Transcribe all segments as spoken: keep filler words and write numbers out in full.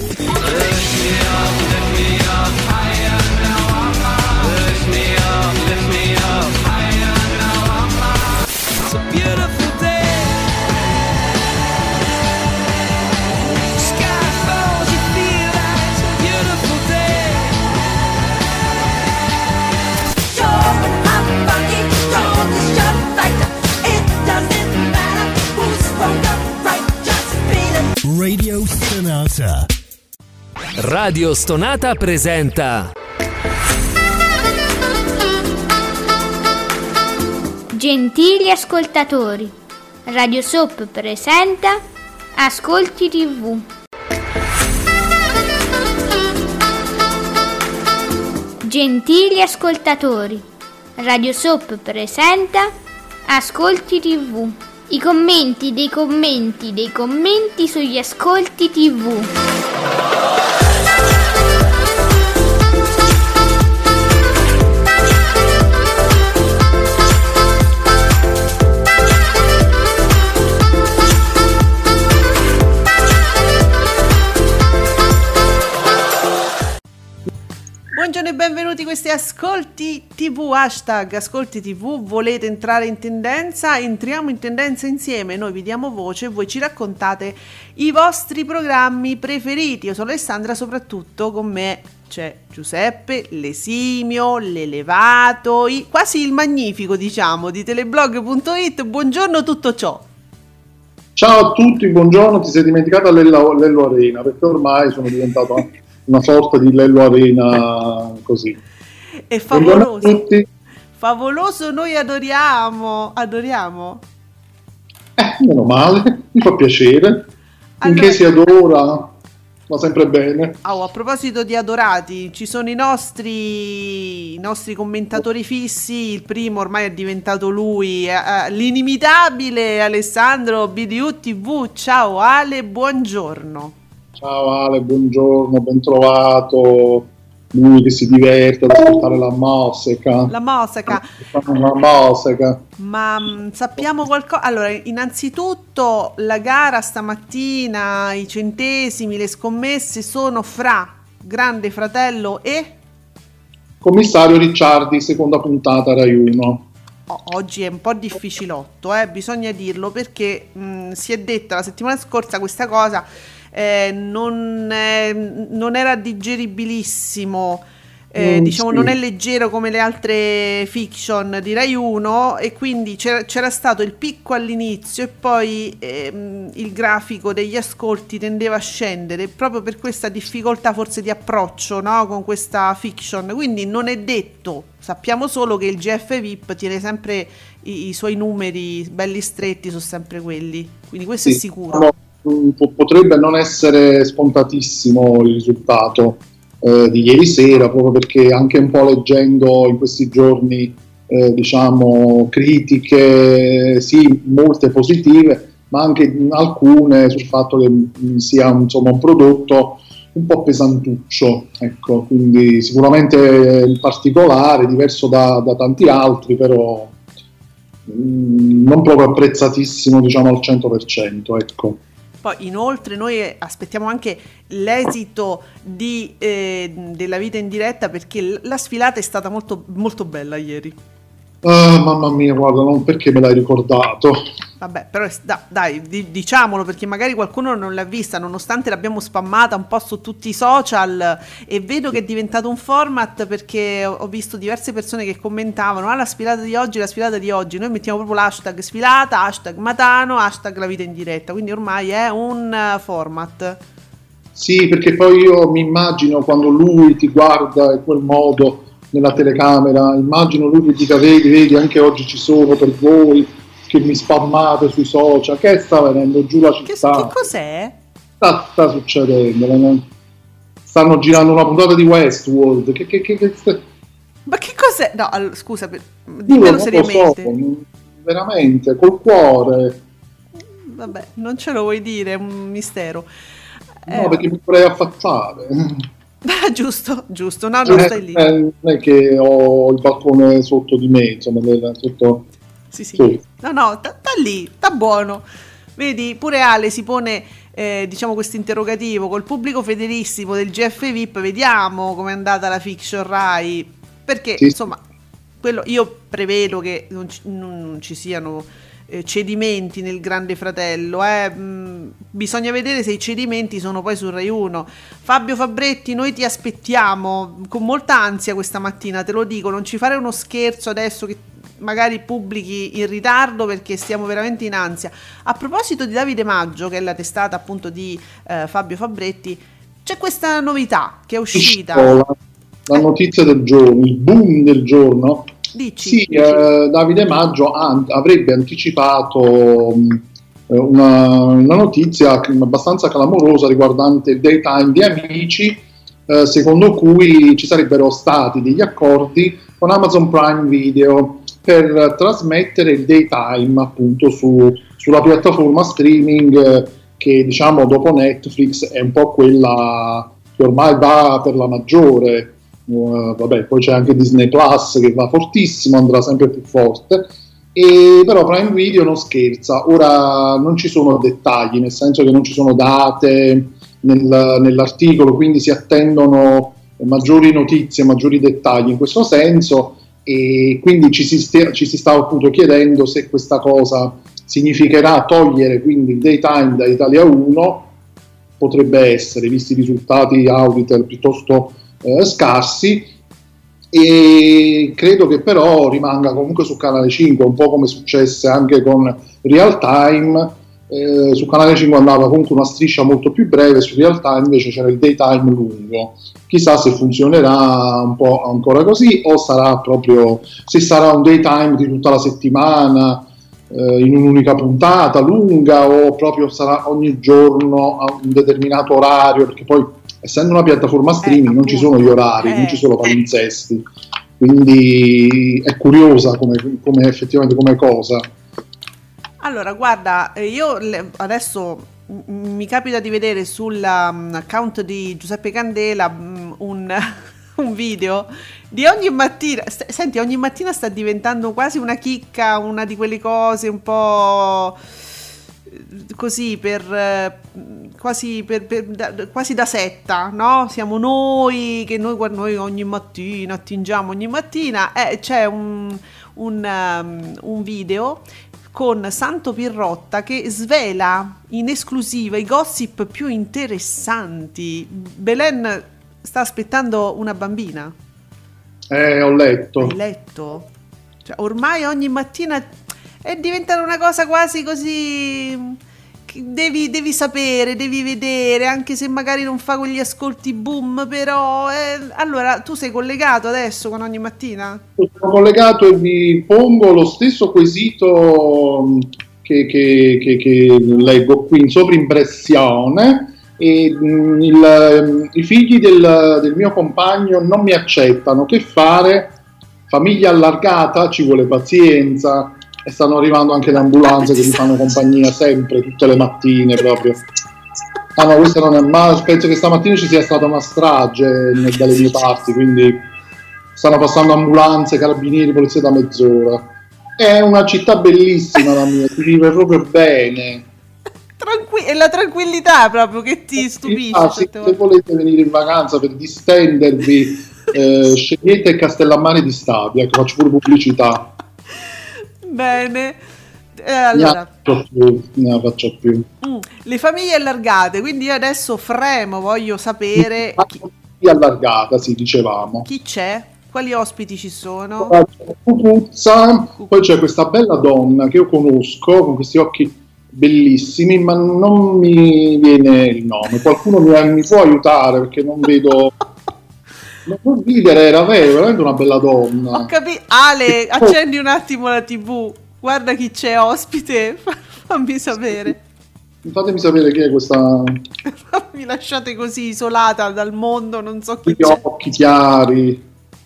Radio Stonata. Radio Stonata presenta Gentili ascoltatori, Radio Soap presenta Ascolti tivù. Gentili ascoltatori, Radio Soap presenta Ascolti tivù. I commenti dei commenti dei commenti sugli ascolti tivù. Buongiorno e benvenuti a questi Ascolti tivù, hashtag Ascolti tivù. Volete entrare in tendenza? Entriamo in tendenza insieme, noi vi diamo voce e voi ci raccontate i vostri programmi preferiti. Io sono Alessandra, soprattutto con me c'è Giuseppe, l'esimio, l'elevato, i, quasi il magnifico, diciamo, di teleblog punto it. Buongiorno tutto ciò. Ciao a tutti, buongiorno. Ti sei dimenticata Lello, Lello Arena, perché ormai sono diventato una sorta di Lello Arena così. È favoloso. Favoloso, noi adoriamo, adoriamo. Eh, meno male, mi fa piacere. Finché Allora, si adora, va sempre bene. oh, a proposito di adorati, ci sono i nostri, i nostri commentatori fissi. Il primo ormai è diventato lui, eh, l'inimitabile Alessandro B D U tivù. Ciao Ale, buongiorno. Ciao Ale, buongiorno, ben trovato. Lui che si diverte ad ascoltare la musica. La musica. La musica. Ma mh, sappiamo qualcosa? Allora, innanzitutto la gara stamattina, i centesimi, le scommesse sono fra Grande Fratello e Commissario Ricciardi, seconda puntata Rai uno. oh, oggi è un po' difficilotto, eh? Bisogna dirlo, perché mh, si è detta la settimana scorsa questa cosa. Eh, non, eh, non era digeribilissimo, eh, Mm, diciamo sì. non è leggero come le altre fiction di Rai uno, e quindi c'era, c'era stato il picco all'inizio e poi ehm, il grafico degli ascolti tendeva a scendere proprio per questa difficoltà forse di approccio, no, con questa fiction. Quindi non è detto, sappiamo solo che il G F V I P tiene sempre i, i suoi numeri belli stretti, sono sempre quelli, quindi questo Sì, è sicuro. diciamo, po- potrebbe non essere scontatissimo il risultato eh, di ieri sera, proprio perché anche un po' leggendo in questi giorni eh, diciamo critiche, sì, molte positive, ma anche alcune sul fatto che mh, sia insomma un prodotto un po' pesantuccio, ecco, quindi sicuramente in particolare, diverso da, da tanti altri, però mh, non proprio apprezzatissimo, diciamo, al cento per cento, ecco. Poi inoltre noi aspettiamo anche l'esito di, eh, della vita in diretta, perché l- la sfilata è stata molto, molto bella ieri. Ah, mamma mia, guarda, non perché me l'hai ricordato. Vabbè, però è- da- dai, di- diciamolo, perché magari qualcuno non l'ha vista, nonostante l'abbiamo spammata un po' su tutti i social, e vedo che è diventato un format, perché ho ho visto diverse persone che commentavano ah, la sfilata di oggi, la sfilata di oggi. Noi mettiamo proprio l'hashtag sfilata, hashtag Matano, hashtag la vita in diretta, quindi ormai è un eh, format. Sì, perché poi io mi immagino quando lui ti guarda in quel modo nella telecamera, immagino lui che dica vedi, vedi, anche oggi ci sono per voi che mi spammate sui social, che sta venendo giù la Che, città, che cos'è? sta, sta succedendo, stanno girando una puntata di Westworld, che, che, che, che Ma che cos'è? No, all- scusa, per- io dimmelo non lo seriamente. so, veramente, col cuore, Vabbè, non ce lo vuoi dire, è un mistero. no, Eh, perché mi vorrei affacciare. ah, giusto, giusto, no, no, Eh, stai lì. eh, non è che ho il balcone sotto di me, insomma, nel- sotto, Sì, sì. sì. No, no, sta sta lì, sta buono. Vedi, pure Ale si pone eh, diciamo questo interrogativo col pubblico fedelissimo del G F V I P, vediamo com'è andata la fiction Rai, perché sì. insomma quello, io prevedo che non ci, non ci siano eh, cedimenti nel Grande Fratello, eh. mm, bisogna vedere se i cedimenti sono poi su Rai uno. Fabio Fabretti, noi ti aspettiamo con molta ansia questa mattina, te lo dico, non ci fare uno scherzo adesso che magari pubblichi in ritardo, perché stiamo veramente in ansia. A proposito di Davide Maggio, che è la testata appunto di eh, Fabio Fabretti, c'è questa novità che è uscita, la, la notizia del giorno, il boom del giorno. Dici? Sì, eh, Davide Maggio an- avrebbe anticipato mh, una, una notizia abbastanza clamorosa riguardante il daytime di Amici, eh, secondo cui ci sarebbero stati degli accordi con Amazon Prime Video per trasmettere il daytime appunto su, sulla piattaforma streaming eh, che, diciamo, dopo Netflix è un po' quella che ormai va per la maggiore. Uh, vabbè, poi c'è anche Disney Plus che va fortissimo, andrà sempre più forte, e però Prime Video non scherza. Ora non ci sono dettagli, nel senso che non ci sono date nel, nell'articolo, quindi si attendono maggiori notizie, maggiori dettagli in questo senso, e quindi ci si, st- ci si sta appunto chiedendo se questa cosa significherà togliere quindi il daytime da Italia uno. Potrebbe essere, visti i risultati Auditel piuttosto Eh, scarsi, e credo che però rimanga comunque su Canale cinque, un po' come successe anche con Real Time. Eh, su Canale cinque andava comunque una striscia molto più breve, su Real Time invece c'era il daytime lungo. Chissà se funzionerà un po' ancora così, o sarà proprio, se sarà un daytime di tutta la settimana eh, in un'unica puntata lunga, o proprio sarà ogni giorno a un determinato orario, perché poi essendo una piattaforma streaming eh, non ci sono gli orari, eh, non ci sono palinsesti, quindi è curiosa come, come effettivamente come cosa. Allora, guarda, io adesso mi capita di vedere sull'account di Giuseppe Candela un, un video di ogni mattina. Senti, ogni mattina sta diventando quasi una chicca, una di quelle cose un po' così per quasi per, per da, quasi da setta, no? Siamo noi che noi, noi ogni mattina attingiamo ogni mattina, eh, c'è un, un, um, un video con Santo Pirrotta che svela in esclusiva i gossip più interessanti. Belen sta aspettando una bambina. Eh, ho letto. Hai letto? Cioè, ormai ogni mattina è diventata una cosa quasi così che devi, devi sapere, devi vedere, anche se magari non fa quegli ascolti boom, però eh, allora tu sei collegato adesso con Ogni Mattina? Sono collegato e vi pongo lo stesso quesito che, che, che, che leggo qui in sovrimpressione. E mh, il, i figli del, del mio compagno non mi accettano, che fare? Famiglia allargata, ci vuole pazienza. E stanno arrivando anche le ambulanze che mi fanno compagnia sempre, tutte le mattine proprio. Ah no, questa non è, ma penso che stamattina ci sia stata una strage dalle mie parti, quindi stanno passando ambulanze, carabinieri, polizia da mezz'ora. È una città bellissima la mia, si vive proprio bene. Tranqui- è la tranquillità proprio che ti stupisce. Ah, sì, se volete venire in vacanza per distendervi, eh, scegliete Castellammare di Stabia, che faccio pure pubblicità. Bene, eh, allora ne più, ne faccio più. Mm, le famiglie allargate, quindi io adesso fremo, voglio sapere chi... allargata, sì, dicevamo. Chi c'è? Quali ospiti ci sono? Pupuzza, poi c'è questa bella donna che io conosco con questi occhi bellissimi, ma non mi viene il nome. Qualcuno mi, mi può aiutare, perché non vedo. Non ridere, era vero, veramente una bella donna. Ho capito. Ale, accendi un attimo la tivù, guarda chi c'è ospite, fammi sapere. Fatemi sapere chi è questa. Mi lasciate così isolata dal mondo, non so chi gli c'è. Occhi chiari.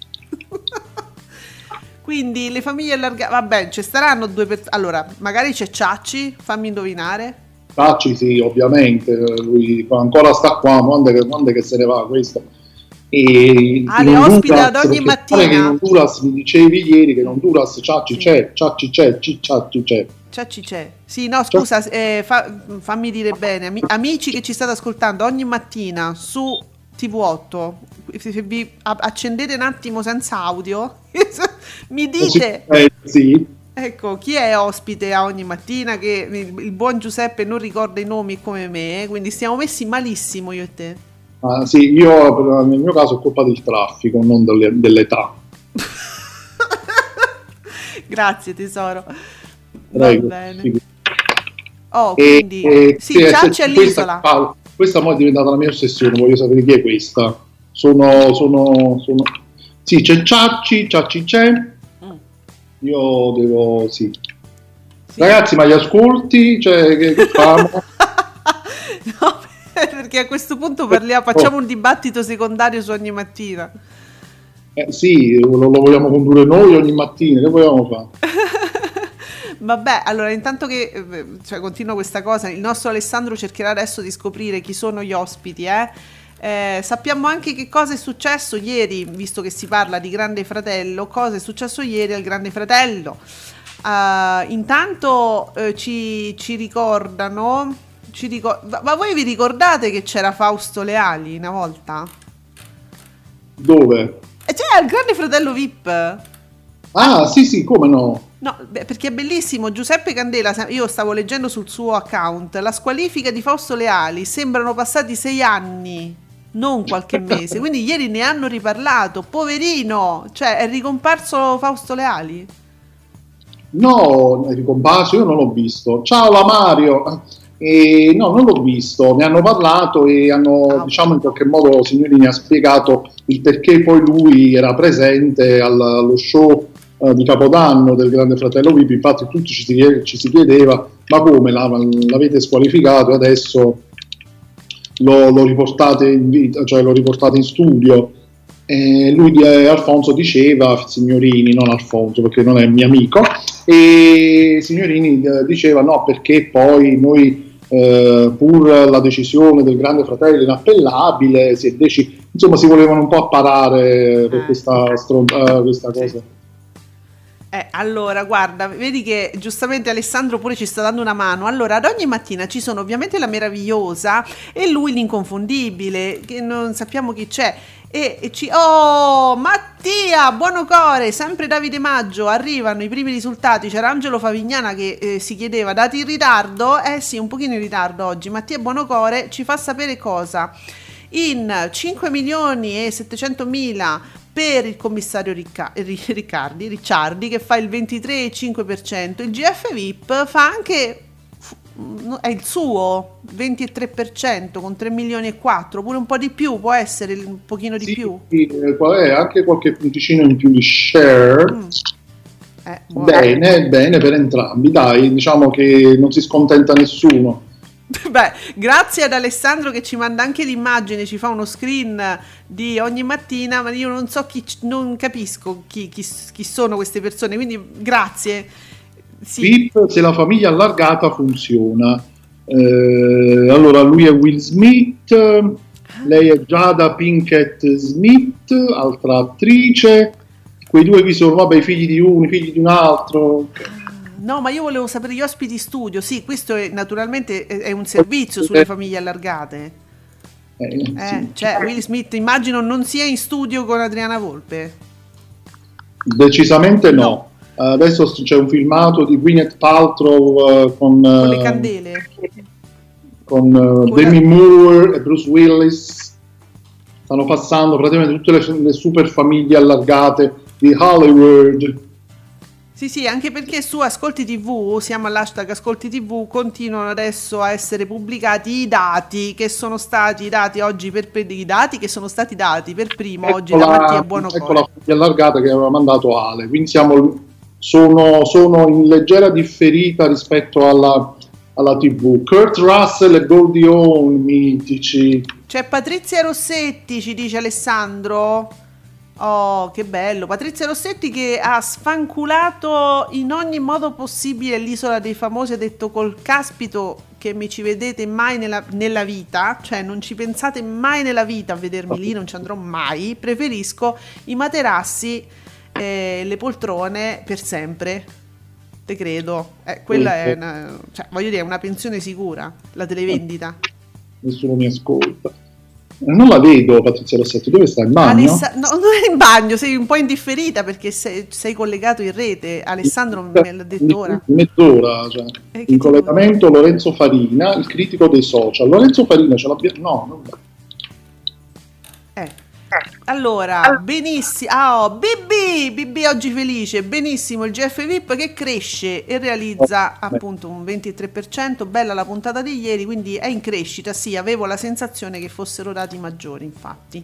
Quindi le famiglie allargate, vabbè, ci staranno due persone. Allora, magari c'è Ciacci, fammi indovinare. Ciacci sì, ovviamente, lui ancora sta qua, quando è che, quando è che se ne va questo? E Ale ospite ad ogni mattina. Che in Honduras mi dicevi ieri che in Honduras ciacci sì. c'è, ciacci c'è, ciacci c'è. Ciacci c'è. Sì, no, scusa, eh, fa, fammi dire bene, Ami- amici che ci state ascoltando ogni mattina su T V otto, se vi accendete un attimo senza audio, mi dite. Eh, sì. Ecco, chi è ospite a ogni mattina? Che il, il buon Giuseppe non ricorda i nomi come me, eh, quindi stiamo messi malissimo io e te. Ah, sì, io nel mio caso è colpa del traffico, non delle, dell'età. Grazie tesoro. Prego, va bene. Sì. Oh, quindi e, sì, sì, Ciacci all'isola. Questa, questa mo è diventata la mia ossessione, voglio sapere chi è questa. Sono, sono, sono... Sì, c'è Ciacci, Ciacci c'è. Mm. Io devo, sì. sì. Ragazzi, ma gli ascolti, cioè, che, che famo? No, perché a questo punto parliamo, facciamo un dibattito secondario su ogni mattina. Eh, sì, lo, lo vogliamo condurre noi ogni mattina, che vogliamo fare? Vabbè, allora intanto che cioè, continua questa cosa, il nostro Alessandro cercherà adesso di scoprire chi sono gli ospiti, eh? Eh, sappiamo anche che cosa è successo ieri, visto che si parla di Grande Fratello, cosa è successo ieri al Grande Fratello. Uh, intanto eh, ci, ci ricordano, ci ricor- ma voi vi ricordate che c'era Fausto Leali una volta? Dove? E c'era il Grande Fratello V I P. Ah, sì, sì, come no? No, beh, perché è bellissimo. Giuseppe Candela, io stavo leggendo sul suo account, la squalifica di Fausto Leali, sembrano passati sei anni, non qualche mese, quindi ieri ne hanno riparlato, poverino, cioè è ricomparso Fausto Leali? No, è ricomparso, io non l'ho visto. Ciao la Mario! E no, non l'ho visto, ne hanno parlato e hanno, ah, diciamo, in qualche modo Signorini ha spiegato il perché poi lui era presente al, allo show uh, di Capodanno del Grande Fratello V I P. Infatti tutti ci si, ci si chiedeva ma come la, l'avete squalificato e adesso lo, lo riportate in vita, cioè lo riportate in studio. E lui, eh, Alfonso diceva, Signorini, non Alfonso perché non è mio amico, e Signorini eh, diceva no perché poi noi Eh, pur la decisione del Grande Fratello inappellabile, si è deci- insomma si volevano un po' apparare per eh, questa, stron- uh, questa cosa. Eh, allora, guarda, vedi che giustamente Alessandro pure ci sta dando una mano. Allora, ad ogni mattina ci sono ovviamente la meravigliosa e lui l'inconfondibile, che non sappiamo chi c'è. E, e ci oh Mattia Buonocore, sempre Davide Maggio, arrivano i primi risultati. C'era Angelo Favignana che eh, si chiedeva dati in ritardo, eh sì, un pochino in ritardo oggi. Mattia Buonocore ci fa sapere cosa in cinque milioni e settecentomila per il commissario Ricca- Riccardi Ricciardi che fa il ventitré virgola cinque per cento. Il G F V I P fa anche, è il suo venti virgola tre per cento con tre milioni e quattro, pure un po' di più, può essere un pochino di sì, più. Sì, è anche qualche punticino in più di share. Mm. Eh, bene, bene per entrambi, dai, diciamo che non si scontenta nessuno. Beh, grazie ad Alessandro che ci manda anche l'immagine, ci fa uno screen di ogni mattina, ma io non so chi, non capisco chi, chi, chi sono queste persone, quindi grazie. Sì. V I P se la famiglia allargata funziona. Eh, allora lui è Will Smith, lei è Jada Pinkett Smith, altra attrice, quei due chi sono? Vabbè, i figli di uno, i figli di un altro. No, ma io volevo sapere gli ospiti studio. Sì, questo è naturalmente è un servizio sulle famiglie allargate. Eh, eh, sì. Cioè Will Smith immagino non sia in studio con Adriana Volpe. Decisamente no, no. Uh, adesso c'è un filmato di Gwyneth Paltrow uh, con, uh, con le candele con, uh, con Demi la... Moore e Bruce Willis. Stanno passando praticamente tutte le, le super famiglie allargate di Hollywood. Sì, sì, anche perché su Ascolti tivù, siamo all'hashtag Ascolti tivù, continuano adesso a essere pubblicati i dati che sono stati dati oggi per i dati che sono stati dati per primo ecco oggi la, da Mattia Buonocore. Ecco la famiglia allargata che aveva mandato Ale, quindi siamo, sono, sono in leggera differita rispetto alla, alla tivù. Kurt Russell e Goldie Hawn, mitici. C'è Patrizia Rossetti, ci dice Alessandro. Oh, che bello. Patrizia Rossetti che ha sfanculato in ogni modo possibile l'isola dei famosi, ha detto col caspito che mi ci vedete mai nella, nella vita, cioè non ci pensate mai nella vita a vedermi lì, non ci andrò mai, preferisco i materassi e le poltrone per sempre, te credo, eh, quella è una, cioè, voglio dire, è una pensione sicura, la televendita. Nessuno mi ascolta. Non la vedo, Patrizia Rossetti, dove sta? In bagno? Alessa- no, non è in bagno, sei un po' indifferita perché sei, sei collegato in rete. Alessandro me l'ha detto ora. Mezz'ora, cioè. Eh, che in tipo- collegamento Lorenzo Farina, il critico dei social. Lorenzo Farina ce l'abbiamo? No, non Eh. Allora, benissimo. Ah, oh, B B, B B oggi felice. Benissimo, il G F V I P che cresce e realizza appunto un ventitré per cento. Bella la puntata di ieri, quindi è in crescita. Sì, avevo la sensazione che fossero dati maggiori, infatti.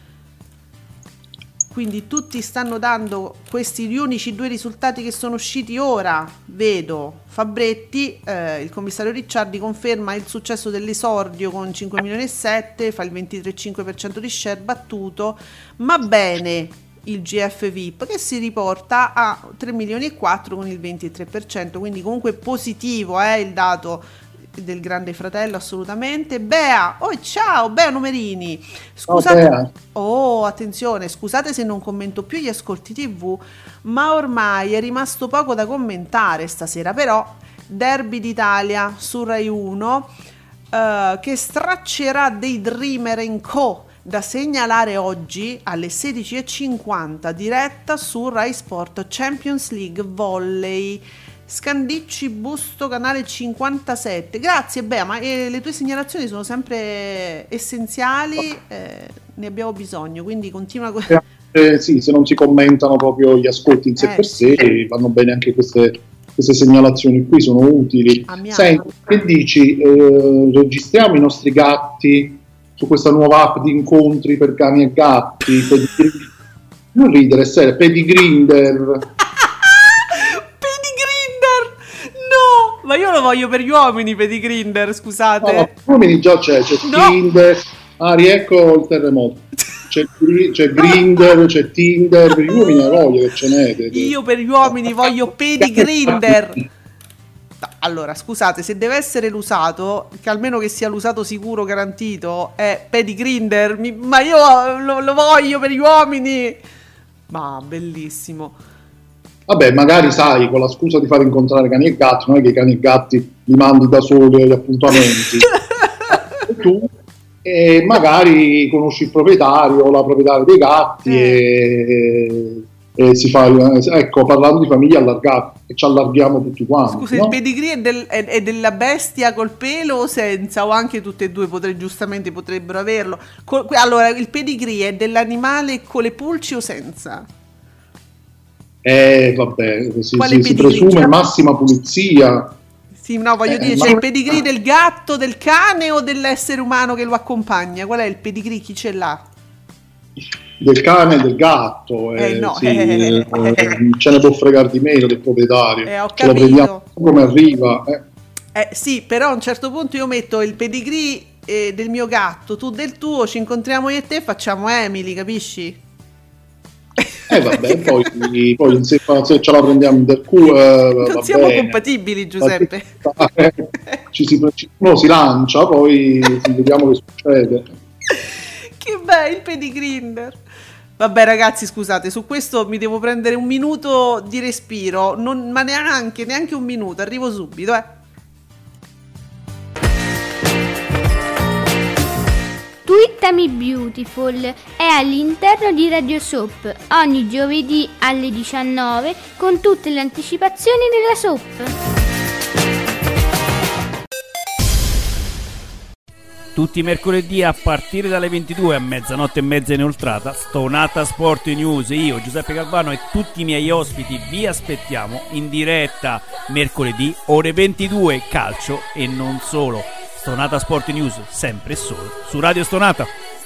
Quindi tutti stanno dando questi gli unici due risultati che sono usciti ora. Vedo Fabretti, eh, il commissario Ricciardi conferma il successo dell'esordio con cinque milioni e sette, fa il ventitré virgola cinque per cento di share battuto, ma bene il G F V I P che si riporta a tre milioni e quattro con il ventitré per cento, quindi comunque positivo eh, il dato del Grande Fratello, assolutamente. Bea, oh ciao Bea Numerini, scusate, Oh, Bea. oh attenzione, scusate se non commento più gli ascolti tivù, ma ormai è rimasto poco da commentare stasera. Però Derby d'Italia su Rai uno, eh, che straccerà dei Dreamer and Co, da segnalare oggi alle sedici e cinquanta, diretta su Rai Sport, Champions League Volley. Scandicci Busto, canale cinquantasette. Grazie Bea, ma eh, le tue segnalazioni sono sempre essenziali, eh, ne abbiamo bisogno, quindi continua con... Eh, sì, se non si commentano proprio gli ascolti in sé Eh, per sé, sì. vanno bene anche queste, queste segnalazioni qui, sono utili. Amiamo. Senti, che dici? Eh, registriamo i nostri gatti su questa nuova app di incontri per cani e gatti? Pedigr- non ridere, serio, Pedigrinder. No, ma io lo voglio per gli uomini, Pedigrinder, scusate. No, uomini già c'è, c'è No. Tinder, ah riecco il terremoto, c'è, c'è Grindr, c'è Tinder, per gli uomini voglio che ce n'è. Io per gli uomini voglio Pedigrinder. No, allora, scusate, se deve essere l'usato, che almeno che sia l'usato sicuro, garantito, è Pedigrinder, mi- ma io lo, lo voglio per gli uomini. Ma bellissimo. Vabbè, magari sai, con la scusa di far incontrare cani e gatti, non è che i cani e gatti li mandi da soli agli appuntamenti. E tu e magari conosci il proprietario o la proprietaria dei gatti e, e si fa, ecco, parlando di famiglie allargate, e ci allarghiamo tutti quanti. Scusa, no? il pedigree è, del- è- è della bestia col pelo o senza? O anche tutte e due potre- giustamente potrebbero averlo. Col- allora, il pedigree è dell'animale con le pulci o senza? Eh, vabbè, si, Quale si, si pedigree? presume massima pulizia. Sì, no, voglio Eh, dire, ma- c'è il pedigree del gatto, del cane o dell'essere umano che lo accompagna? Qual è il pedigree? Chi ce l'ha? Del cane e del gatto, Eh, eh, no, sì, eh, eh, eh. ce ne può fregare di meno del proprietario. Eh, ho Ce lo capito. prendiamo come arriva. Eh. Eh sì, però a un certo punto io metto il pedigree eh, del mio gatto, tu del tuo, ci incontriamo io e te, facciamo Emily, capisci? Eh vabbè, poi, poi se, se ce la prendiamo del culo, eh, Non va siamo bene. compatibili, Giuseppe. Eh, ci si, ci- uno si lancia, poi vediamo che succede. Che bello il pedigrinder. Vabbè ragazzi, scusate, su questo mi devo prendere un minuto di respiro, non- ma neanche, neanche un minuto, arrivo subito, eh. Twittami Beautiful è all'interno di Radio Soap ogni giovedì alle diciannove con tutte le anticipazioni della soap. Tutti i mercoledì a partire dalle ventidue a mezzanotte e mezza inoltrata, Stonata Sport News, io Giuseppe Calvano e tutti i miei ospiti vi aspettiamo in diretta mercoledì ore ventidue, calcio e non solo. Stonata Sport News, sempre e solo su Radio Stonata.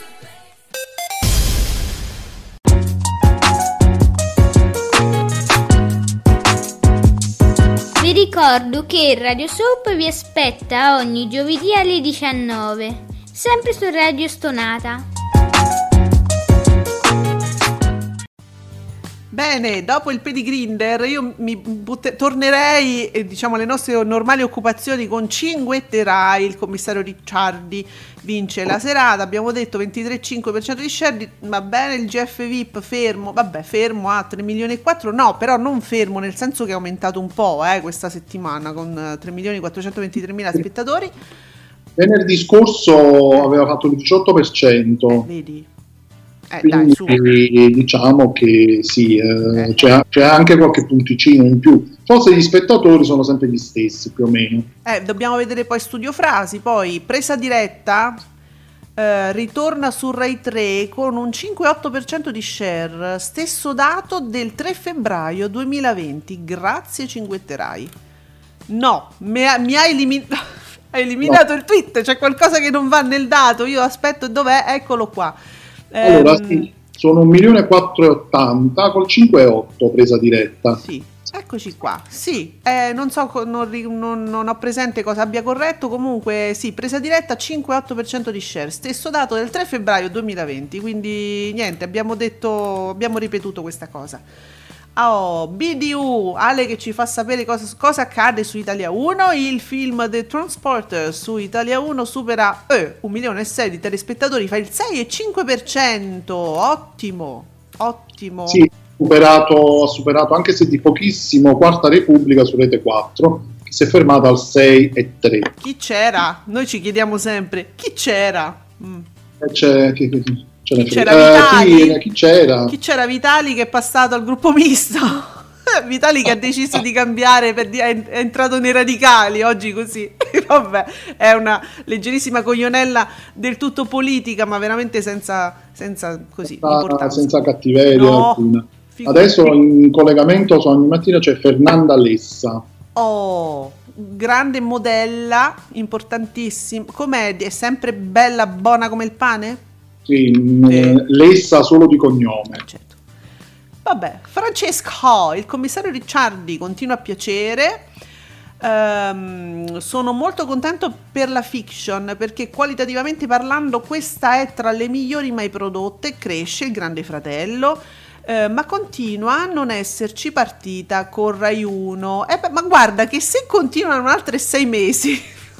Vi ricordo che Radio Soap vi aspetta ogni giovedì alle diciannove, sempre su Radio Stonata. Bene, dopo il pedigrinder io mi butte- tornerei eh, diciamo alle nostre normali occupazioni con Cinguetterai. Il commissario Ricciardi vince la serata, abbiamo detto ventitré virgola cinque per cento di share, va bene. Il G F V I P fermo, vabbè, fermo a tre milioni e quattro, no, però non fermo nel senso che è aumentato un po' eh, questa settimana con eh, tre milioni quattrocentoventitremila spettatori. Venerdì scorso aveva fatto il diciotto per cento. Eh, vedi? Eh, Quindi dai, su. diciamo che sì, eh, Eh. c'è, c'è anche qualche punticino in più. Forse gli spettatori sono sempre gli stessi più o meno. Eh, dobbiamo vedere poi Studio Frasi, poi Presa Diretta eh, ritorna su Rai tre con un cinque virgola otto per cento di share, stesso dato del tre febbraio duemilaventi. Grazie Cinguetterai. No, mi ha, mi ha elimin- ha eliminato No. il tweet, c'è qualcosa che non va nel dato, io aspetto, dov'è? Eccolo qua. Allora Ehm, sì, sono un milione e quattrocentottanta col cinque virgola otto Presa Diretta. Sì, eccoci qua. Sì, eh, non so, co- non, ri- non- non ho presente cosa abbia corretto. Comunque, sì, Presa Diretta cinque virgola otto per cento di share, stesso dato del tre febbraio duemilaventi. Quindi, niente, abbiamo detto, abbiamo ripetuto questa cosa. Oh, B D U, Ale che ci fa sapere cosa, cosa accade su Italia uno. Il film The Transporter su Italia uno supera eh, un milione e sei di telespettatori, fa il sei virgola cinque per cento. Ottimo, ottimo. Sì, superato, ha superato anche se di pochissimo Quarta Repubblica su Rete quattro, che si è fermata al sei virgola tre. Chi c'era? Noi ci chiediamo sempre chi c'era. Mm. E c'è, chi, chi- ce ne Chi frega. c'era, Eh, Vitali? chi, chi c'era? Chi c'era? Vitali che è passato al gruppo misto. Vitali che ha deciso di cambiare, per di- è è entrato nei radicali oggi così. Vabbè, è una leggerissima coglionella del tutto politica, ma veramente senza, senza così senza, importanza. senza cattiveria No, alcuna. figurati. Adesso in collegamento so, ogni mattina c'è Fernanda Lessa. Oh, grande modella, importantissima. Com'è? È sempre bella, buona come il pane? Sì, mh, Sì. Lessa solo di cognome. Certo. Vabbè, Francesco, il commissario Ricciardi continua a piacere. Ehm, sono molto contento per la fiction perché qualitativamente parlando questa è tra le migliori mai prodotte. Cresce il Grande Fratello, eh, ma continua a non esserci partita con Rai uno. Eh, beh, ma guarda che se continuano altri sei mesi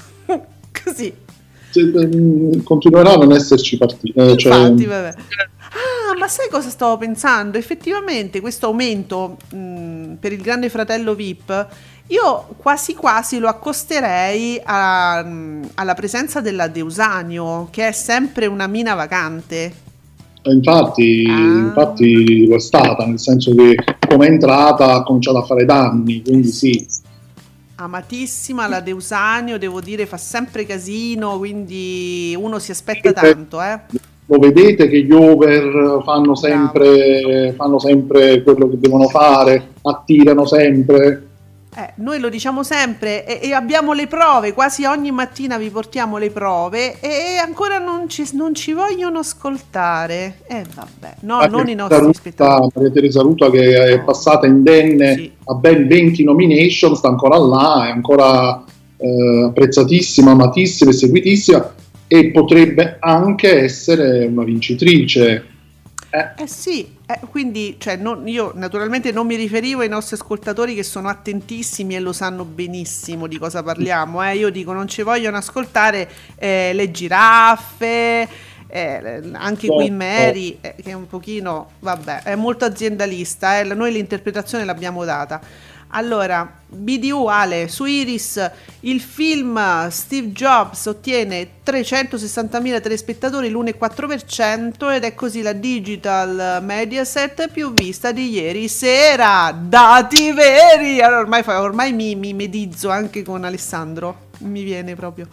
così. Se- mh, Continuerà a non esserci partita. eh, cioè, Infatti, vabbè. Ah, ma sai cosa stavo pensando? Effettivamente questo aumento mh, per il Grande Fratello V I P, io quasi quasi lo accosterei a- mh, alla presenza della Deusanio, che è sempre una mina vacante. infatti, Ah. infatti lo è stata, nel senso che come è entrata ha cominciato a fare danni, quindi sì. Amatissima la Deusanio, devo dire, fa sempre casino, quindi uno si aspetta tanto, eh. Lo vedete che gli over fanno sempre, fanno sempre quello che devono fare, attirano sempre. Eh, noi lo diciamo sempre e, e abbiamo le prove, quasi ogni mattina vi portiamo le prove e ancora non ci, non ci vogliono ascoltare. E eh, vabbè, no, Maria non i nostri Ruta, spettatori. Maria Teresa Ruta che è passata indenne Sì. a ben venti nomination, sta ancora là, è ancora eh, apprezzatissima, amatissima e seguitissima e potrebbe anche essere una vincitrice. Eh, Eh sì, eh, quindi cioè, non- io naturalmente non mi riferivo ai nostri ascoltatori che sono attentissimi e lo sanno benissimo di cosa parliamo. Eh. Io dico non ci vogliono ascoltare eh, le giraffe, eh, anche No, Queen Mary, eh, che è un pochino, vabbè, è molto aziendalista, eh, noi l'interpretazione l'abbiamo data. Allora, B D U Ale, su Iris il film Steve Jobs ottiene trecentosessantamila telespettatori, l'uno virgola quattro per cento ed è così la digital Mediaset più vista di ieri sera. Dati veri! Allora, ormai, fa- ormai mi, mi medizzo anche con Alessandro, mi viene proprio.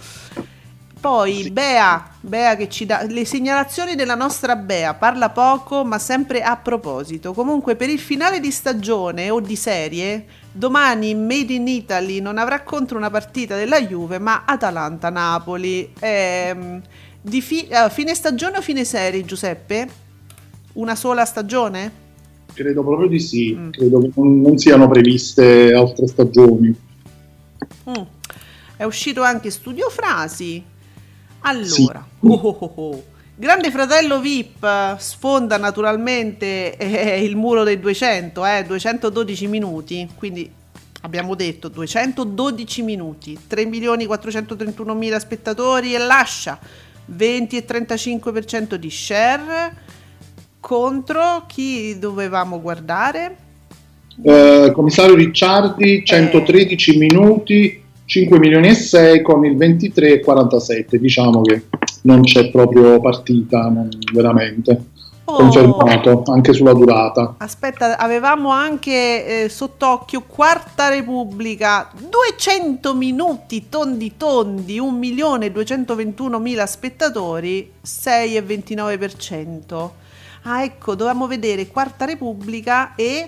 Poi Bea, Bea che ci dà le segnalazioni della nostra Bea, parla poco ma sempre a proposito. Comunque per il finale di stagione o di serie, domani Made in Italy non avrà contro una partita della Juve ma Atalanta-Napoli. Ehm, di fi- eh, fine stagione o fine serie, Giuseppe? Una sola stagione? credo proprio di sì, Mm. credo che non, non siano previste altre stagioni. Mm. È uscito anche Studio Frasi. Allora, Sì. oh, oh, oh, oh. Grande Fratello V I P sfonda naturalmente eh, il muro dei duecento, eh, duecentododici minuti, quindi abbiamo detto duecentododici minuti, tre milioni quattrocentotrentunomila spettatori e lascia venti e trentacinque per cento di share. Contro chi dovevamo guardare? Eh, commissario Ricciardi, centotredici eh. minuti, cinque milioni e sei con il ventitré e quarantasette. Diciamo che non c'è proprio partita, non, veramente. Oh. Confermato anche sulla durata. Aspetta, avevamo anche eh, sott'occhio Quarta Repubblica, duecento minuti tondi tondi, un milione duecentoventunomila spettatori, sei virgola ventinove per cento. Ah, ecco, dovevamo vedere Quarta Repubblica e,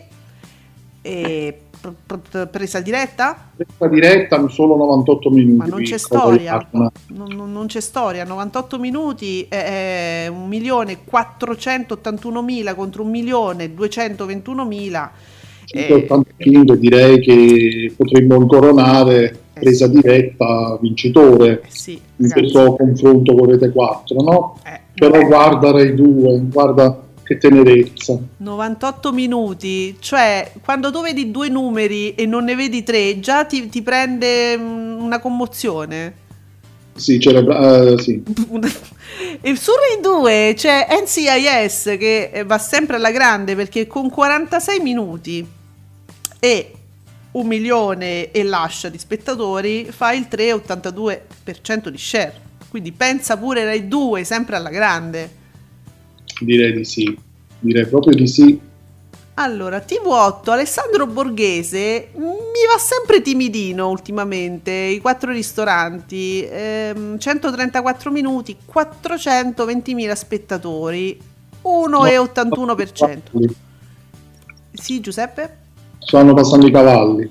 e pr- pr- presa diretta? Presa diretta solo novantotto minuti. Ma non c'è storia, non, non, non c'è storia, novantotto minuti, è un milione quattrocentottantunomila contro un milione duecentoventunomila. centottantacinque, direi che potremmo incoronare presa diretta vincitore eh sì, in questo confronto con Rete quattro, no? Eh, Però no. guarda Rai due, guarda che tenerezza. novantotto minuti, cioè quando tu vedi due numeri e non ne vedi tre, già ti, ti prende una commozione. Sì, cerebra- uh, sì. E su Rai due c'è N C I S che va sempre alla grande, perché con quarantasei minuti e un milione e lascia di spettatori fa il tre virgola ottantadue per cento di share. Quindi pensa pure Rai due sempre alla grande. Direi di sì, direi proprio di sì. Allora, T V otto, Alessandro Borghese mi va sempre timidino ultimamente, i quattro ristoranti, ehm, centotrentaquattro minuti, quattrocentoventimila spettatori, uno virgola ottantuno per cento. No, sì, Giuseppe? Stanno passando i cavalli.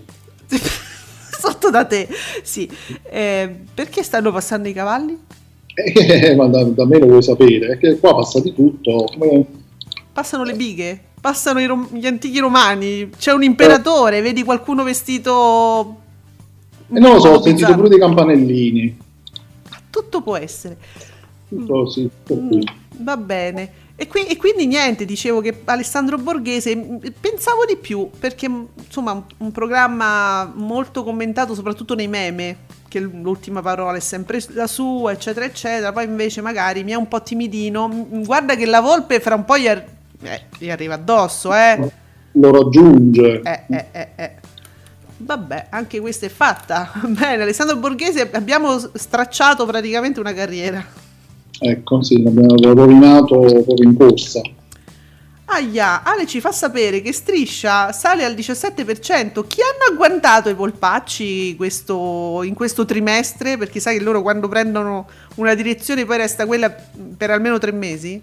Sotto da te, sì. Eh, perché stanno passando i cavalli? Eh, ma da, da me lo vuoi sapere, è che qua passa di tutto. Come... Passano le bighe, passano i rom- gli antichi romani, c'è un imperatore, eh. vedi qualcuno vestito... Eh, non lo so, ho sentito pure dei campanellini. Tutto può essere. Tutto, sì, tutto mm, va bene. E, qui, e quindi niente, dicevo che Alessandro Borghese, pensavo di più, perché insomma un, un programma molto commentato soprattutto nei meme, che l'ultima parola è sempre la sua, eccetera eccetera, poi invece magari mi è un po' timidino. Guarda che la Volpe fra un po' gli, ar- eh, gli arriva addosso, eh. Lo raggiunge. Eh, eh, eh, eh. Vabbè, anche questa è fatta. Bene, Alessandro Borghese, abbiamo stracciato praticamente una carriera. Ecco, sì, l'abbiamo rovinato proprio in corsa. Aia, Ale ci fa sapere che Striscia sale al diciassette per cento. Chi hanno agguantato i polpacci questo, in questo trimestre? Perché sai che loro quando prendono una direzione poi resta quella per almeno tre mesi?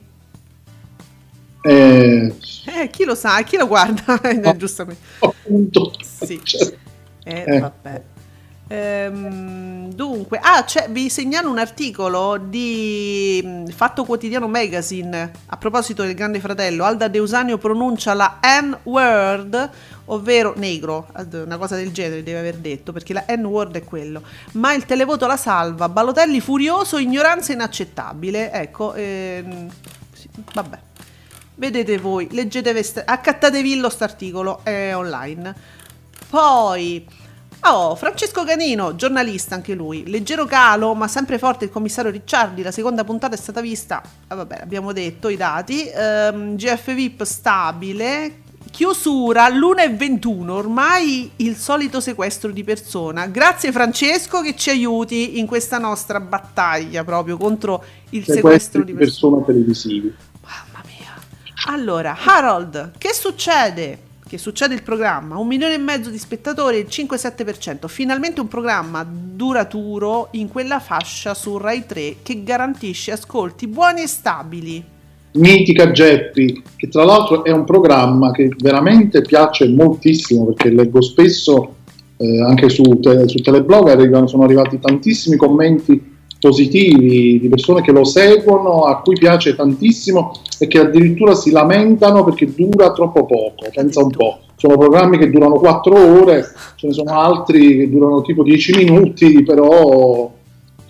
Eh, eh chi lo sa, chi lo guarda? No, giustamente. Appunto. Sì. Eh, Eh. vabbè. Ehm, dunque, ah, c'è, vi segnalo un articolo di mh, Fatto Quotidiano Magazine a proposito del Grande Fratello. Alda Deusanio pronuncia la N-word, ovvero negro, una cosa del genere deve aver detto, perché la N-word è quello. Ma il televoto la salva. Balotelli furioso, ignoranza inaccettabile. Ecco, ehm, sì, vabbè. Vedete voi, leggetevi, st- accattatevi lo st'articolo, è online. Poi... Oh, Francesco Canino, giornalista anche lui, leggero calo ma sempre forte il commissario Ricciardi, la seconda puntata è stata vista, ah, vabbè abbiamo detto i dati, ehm, G F V I P stabile, chiusura l'una e ventuno, ormai il solito sequestro di persona, grazie Francesco che ci aiuti in questa nostra battaglia proprio contro il sequestro, sequestro di persona, persona televisivi. Mamma mia. Allora, Harold, che succede? Che succede il programma, un milione e mezzo di spettatori, il cinque sette per cento, finalmente un programma duraturo in quella fascia su Rai tre che garantisce ascolti buoni e stabili. Mitica Geppi, che tra l'altro è un programma che veramente piace moltissimo, perché leggo spesso eh, anche su, te, su Teleblog arrivano, sono arrivati tantissimi commenti positivi di persone che lo seguono, a cui piace tantissimo e che addirittura si lamentano perché dura troppo poco. Pensa un po', sono programmi che durano quattro ore, ce ne sono altri che durano tipo dieci minuti, però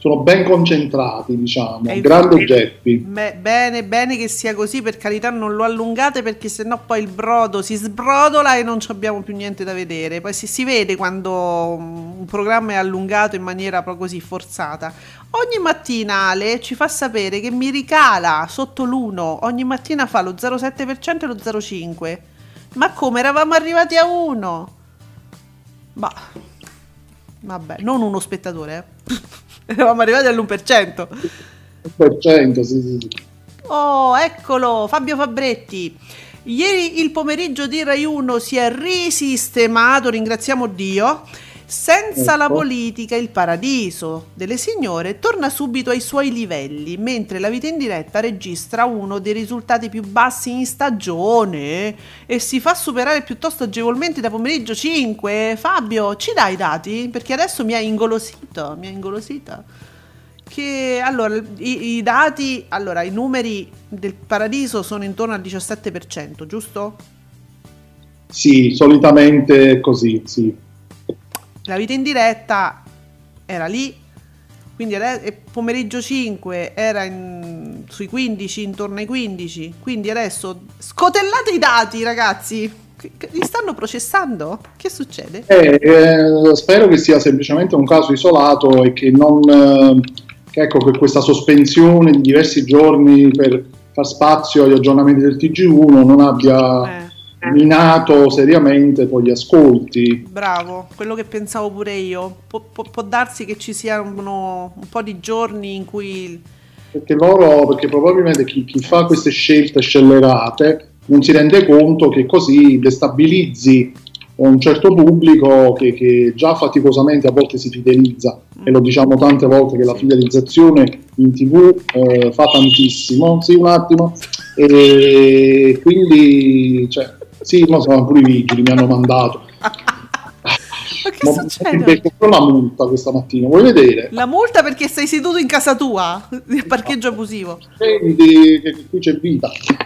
sono ben concentrati, diciamo. E Grande infatti- Geppi. Beh, bene, bene che sia così, per carità non lo allungate perché sennò poi il brodo si sbrodola e non ci abbiamo più niente da vedere. Poi si, si vede quando un programma è allungato in maniera proprio così forzata. Ogni mattina Ale ci fa sapere che mi ricala sotto l'uno, ogni mattina fa lo zero virgola sette per cento e lo zero virgola cinque per cento. Ma come eravamo arrivati a uno? Bah, vabbè, non uno spettatore, eh. Eravamo arrivati all'uno per cento. uno per cento, sì, sì, sì. Oh, eccolo, Fabio Fabretti. Ieri il pomeriggio di Rai uno si è risistemato, ringraziamo Dio. Senza la Ecco. politica il paradiso delle signore torna subito ai suoi livelli, mentre la vita in diretta registra uno dei risultati più bassi in stagione e si fa superare piuttosto agevolmente da pomeriggio cinque. Fabio, ci dai i dati? Perché adesso mi ha ingolosito, mi ha ingolosito. Che allora i, i dati, allora i numeri del paradiso sono intorno al diciassette per cento, giusto? Sì, solitamente è così, sì. La vita in diretta era lì, quindi ade- e pomeriggio cinque era in- sui quindici, intorno ai quindici, quindi adesso scotellate i dati, ragazzi. Che- che- li stanno processando? Che succede? Eh, eh, spero che sia semplicemente un caso isolato e che non eh, che, ecco, che questa sospensione di diversi giorni per far spazio agli aggiornamenti del T G uno non abbia Eh, minato seriamente poi gli ascolti. bravo, quello che pensavo pure io. Pu- pu- può darsi che ci siano un po' di giorni in cui Perché loro, perché probabilmente chi, chi fa queste scelte scellerate non si rende conto che così destabilizzi un certo pubblico che, che già faticosamente a volte si fidelizza, e lo diciamo tante volte che la fidelizzazione in tv eh, fa tantissimo. Sì, un attimo. E quindi, cioè, sì, ma sono pure i vigili, mi hanno mandato. Ma che Ma succede? invece ho la multa questa mattina, vuoi vedere? La multa perché sei seduto in casa tua, il parcheggio abusivo. Senti che qui c'è vita.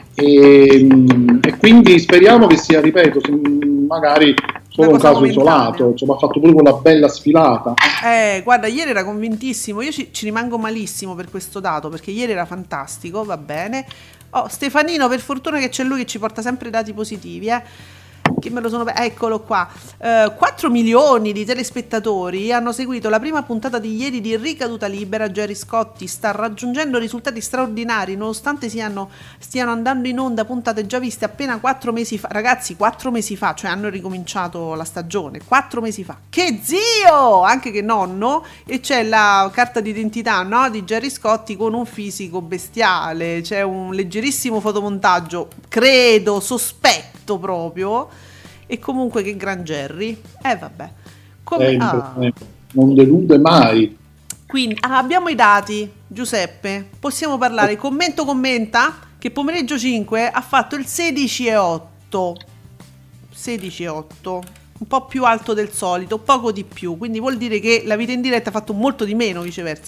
E, e quindi speriamo che sia, ripeto, magari solo Una un cosa caso momentanea. isolato. Insomma, ha fatto pure quella bella sfilata. Eh, guarda, ieri era convintissimo, io ci, ci rimango malissimo per questo dato, perché ieri era fantastico, va bene. Oh, Stefanino, per fortuna che c'è lui che ci porta sempre dati positivi, eh. Che me lo sono... Eccolo qua. Eh, quattro milioni di telespettatori hanno seguito la prima puntata di ieri di Ricaduta Libera. Gerry Scotti sta raggiungendo risultati straordinari nonostante siano, stiano andando in onda puntate già viste appena quattro mesi fa. Ragazzi, quattro mesi fa, cioè hanno ricominciato la stagione, quattro mesi fa. Che zio! Anche che nonno. E c'è la carta d'identità, no? Di Gerry Scotti con un fisico bestiale. C'è un leggerissimo fotomontaggio, credo, sospetto proprio. E comunque che gran Gerry. Eh vabbè. Come, Eh, ah. eh, non delude mai. Quindi ah, abbiamo i dati, Giuseppe. Possiamo parlare. Commento commenta che pomeriggio cinque ha fatto il sedici virgola otto. sedici virgola otto. Un po' più alto del solito, poco di più. Quindi vuol dire che la vita in diretta ha fatto molto di meno, viceversa.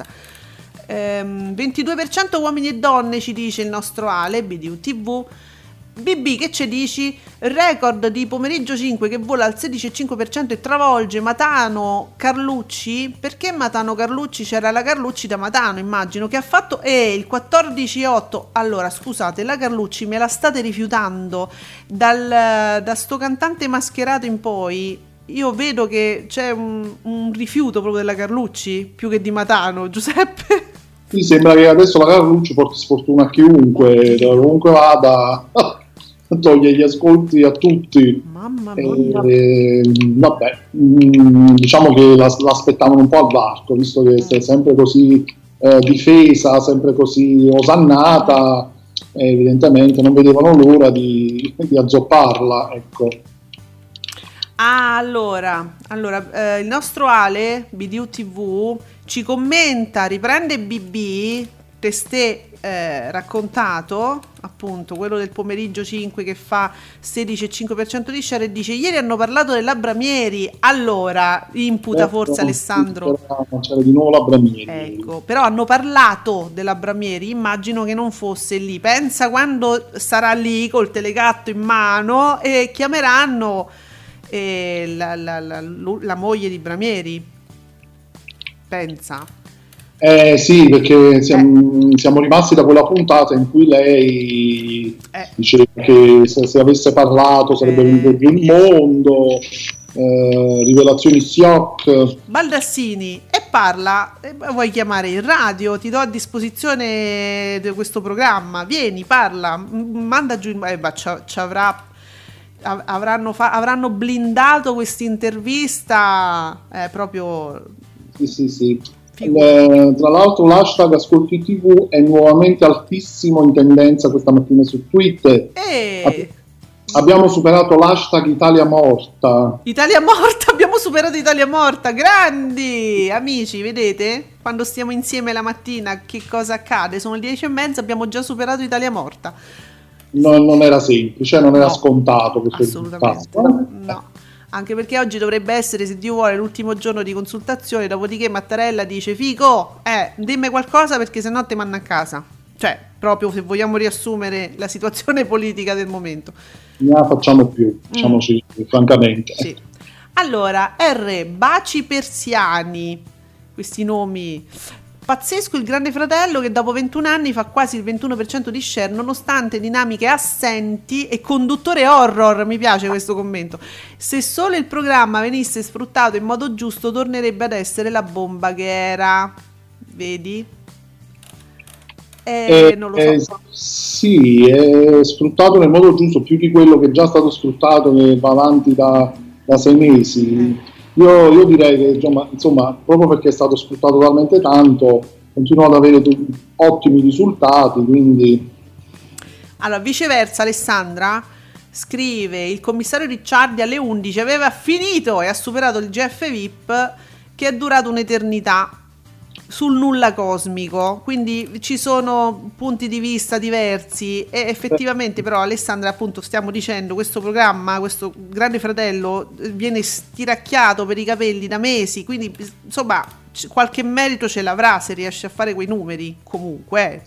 Ehm, ventidue per cento uomini e donne, ci dice il nostro Ale, B D U T V. B B, che ci dici? Record di pomeriggio cinque che vola al sedici virgola cinque per cento e travolge Matano Carlucci. Perché Matano Carlucci? C'era la Carlucci da Matano, immagino, che ha fatto eh, il quattordici virgola otto. Allora, scusate, la Carlucci me la state rifiutando dal, da sto cantante mascherato in poi. Io vedo che c'è un, un rifiuto proprio della Carlucci più che di Matano, Giuseppe. Mi sembra che adesso la Carlucci porti sfortuna a chiunque, dovunque vada, toglie gli ascolti a tutti. Mamma mia. E, vabbè, mh, diciamo che la, l'aspettavano un po' al varco, visto che è sempre così eh, difesa, sempre così osannata, e evidentemente non vedevano l'ora di, di azzopparla, ecco. Ah, allora, allora eh, il nostro Ale, B D U T V, ci commenta, riprende B B, testé eh, raccontato, appunto, quello del pomeriggio cinque che fa sedici virgola cinque per cento di share, e dice, ieri hanno parlato dell'Abramieri, allora, imputa forse Alessandro. C'era di nuovo l'Abramieri. Ecco, però hanno parlato dell'Abramieri, immagino che non fosse lì. Pensa quando sarà lì col telegatto in mano e chiameranno eh, la, la, la, la moglie di Bramieri. Pensa. Eh sì, perché siamo, eh. siamo rimasti da quella puntata in cui lei eh. diceva che se, se avesse parlato sarebbe venuto eh. giù il mondo, eh, rivelazioni Sioc. Baldassini, e parla, eh, vuoi chiamare in radio, ti do a disposizione di questo programma, vieni, parla, manda giù, eh, ma ci, ci avrà, avranno, fa, avranno blindato questa intervista, eh, proprio... Sì, sì, sì. Eh, tra l'altro l'hashtag Ascolti tivù è nuovamente altissimo in tendenza questa mattina su Twitter. E... Ab- abbiamo superato l'hashtag Italia Morta. Italia Morta, abbiamo superato Italia Morta, grandi amici, vedete? Quando stiamo insieme la mattina che cosa accade? Sono le dieci e mezza, abbiamo già superato Italia Morta. No, non era semplice, non era no, scontato questo assolutamente risultato. No. Anche perché oggi dovrebbe essere, se Dio vuole, l'ultimo giorno di consultazione, dopodiché Mattarella dice Fico, eh, dimmi qualcosa perché sennò te mando a casa. Cioè, proprio se vogliamo riassumere la situazione politica del momento. Non la facciamo più, diciamoci mm. francamente. Sì. Allora, R, Baci Persiani, questi nomi... Pazzesco il Grande Fratello che dopo ventuno anni fa quasi il ventuno per cento di share nonostante dinamiche assenti e conduttore horror, mi piace questo commento. Se solo il programma venisse sfruttato in modo giusto tornerebbe ad essere la bomba che era. Vedi? Eh, eh, non lo so. Eh, sì, è sfruttato nel modo giusto, più di quello che è già stato sfruttato, che va avanti da, da sei mesi. Eh. Io, io direi che insomma, insomma, proprio perché è stato sfruttato talmente tanto, continua ad avere tu, ottimi risultati. Quindi, allora, viceversa, Alessandra scrive: il commissario Ricciardi alle undici aveva finito e ha superato il G F V I P che è durato un'eternità sul nulla cosmico, quindi ci sono punti di vista diversi e effettivamente però Alessandra, appunto, stiamo dicendo, questo programma, questo Grande Fratello viene stiracchiato per i capelli da mesi, quindi insomma qualche merito ce l'avrà se riesce a fare quei numeri comunque.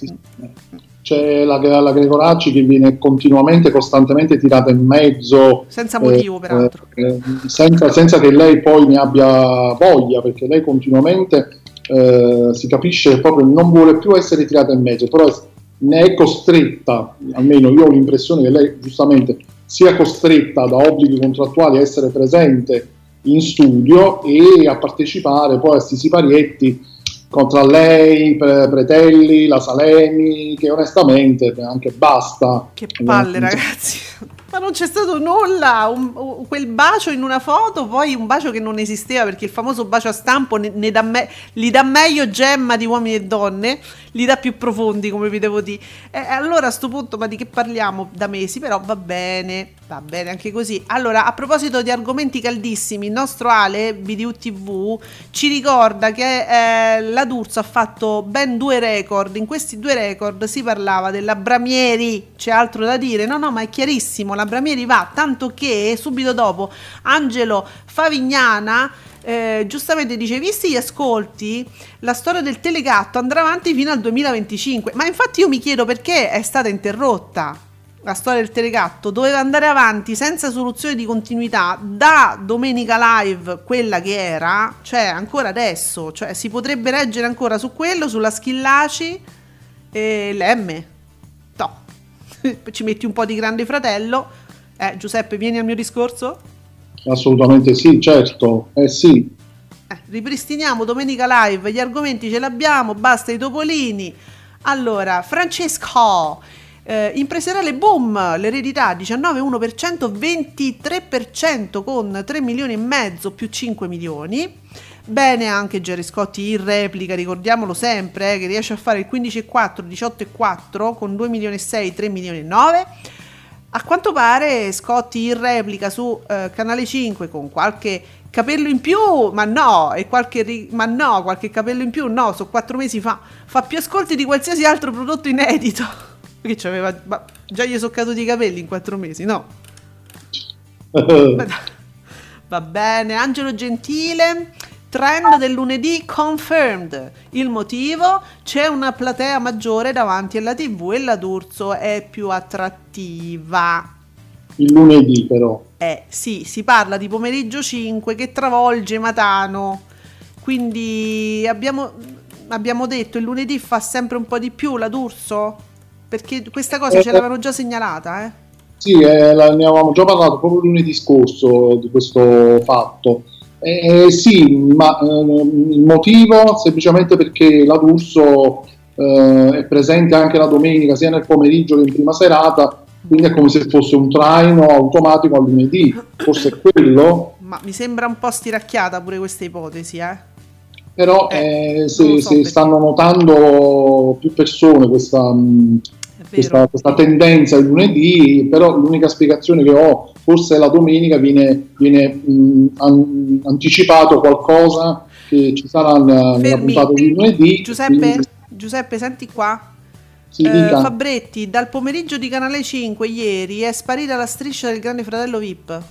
C'è la, la Gregoracci che viene continuamente, costantemente tirata in mezzo senza motivo eh, peraltro eh, senza, senza che lei poi ne abbia voglia, perché lei continuamente Eh, si capisce che proprio non vuole più essere tirata in mezzo, però ne è costretta, almeno io ho l'impressione che lei giustamente sia costretta da obblighi contrattuali a essere presente in studio e a partecipare poi a questi siparietti tra lei, Pretelli, la Salemi, che onestamente anche basta. Che palle, eh, ragazzi, ma non c'è stato nulla, un, un, quel bacio in una foto, poi un bacio che non esisteva perché il famoso bacio a stampo ne, ne dà me, li dà meglio Gemma di Uomini e Donne, li dà più profondi, come vi devo dire. E allora a sto punto, ma di che parliamo da mesi? Però va bene, va bene anche così. Allora, a proposito di argomenti caldissimi, il nostro Ale B D U T V ci ricorda che eh, la D'Urso ha fatto ben due record. In questi due record si parlava della Bramieri, c'è altro da dire? No, no, ma è chiarissimo, la Bramieri va, tanto che subito dopo Angelo Favignana Eh, giustamente dice: visti gli ascolti, la storia del telegatto andrà avanti fino al duemilaventicinque. Ma infatti io mi chiedo perché è stata interrotta la storia del telegatto. Doveva andare avanti senza soluzione di continuità da Domenica Live, quella che era, cioè ancora adesso, cioè si potrebbe reggere ancora su quello, sulla Schillaci e l'M. No. Ci metti un po' di Grande Fratello. eh, Giuseppe, vieni al mio discorso? Assolutamente sì, certo, eh sì. Eh, ripristiniamo Domenica Live, gli argomenti ce l'abbiamo, basta i topolini. Allora, Francesco, eh, impresariale boom, l'eredità diciannove virgola uno per cento, ventitré per cento con tre milioni e mezzo più cinque milioni. Bene anche Gerry Scotti in replica, ricordiamolo sempre, eh, che riesce a fare il quindici virgola quattro, diciotto virgola quattro con due milioni e sei, tre milioni e nove. A quanto pare Scotti in replica su eh, Canale cinque con qualche capello in più, ma no, e qualche ri- ma no, qualche capello in più, no, su quattro mesi fa fa più ascolti di qualsiasi altro prodotto inedito. Perché c'aveva, ma già gli sono caduti i capelli in quattro mesi, no? Va bene, Angelo Gentile. Trend del lunedì confirmed. Il motivo? C'è una platea maggiore davanti alla tivù e la D'Urso è più attrattiva. Il lunedì però. Eh sì, si parla di pomeriggio cinque che travolge Matano. Quindi abbiamo abbiamo detto il lunedì fa sempre un po' di più la D'Urso? Perché questa cosa eh, ce l'avevano già segnalata, eh? Sì, eh, la, ne avevamo già parlato proprio lunedì scorso di questo fatto. Eh, sì, ma eh, il motivo semplicemente perché la D'Urso eh, è presente anche la domenica, sia nel pomeriggio che in prima serata, quindi è come se fosse un traino automatico al lunedì, forse è quello. Ma mi sembra un po' stiracchiata pure questa ipotesi, eh? Però eh, eh, se, so se stanno notando più persone questa, mh, questa, questa tendenza il lunedì, però l'unica spiegazione che ho, forse la domenica viene, viene mh, an- anticipato qualcosa che ci sarà nella, nella puntata di lunedì. Giuseppe, quindi... Giuseppe, senti qua. Sì, eh, Fabretti, dal pomeriggio di Canale cinque ieri è sparita la striscia del Grande Fratello V I P.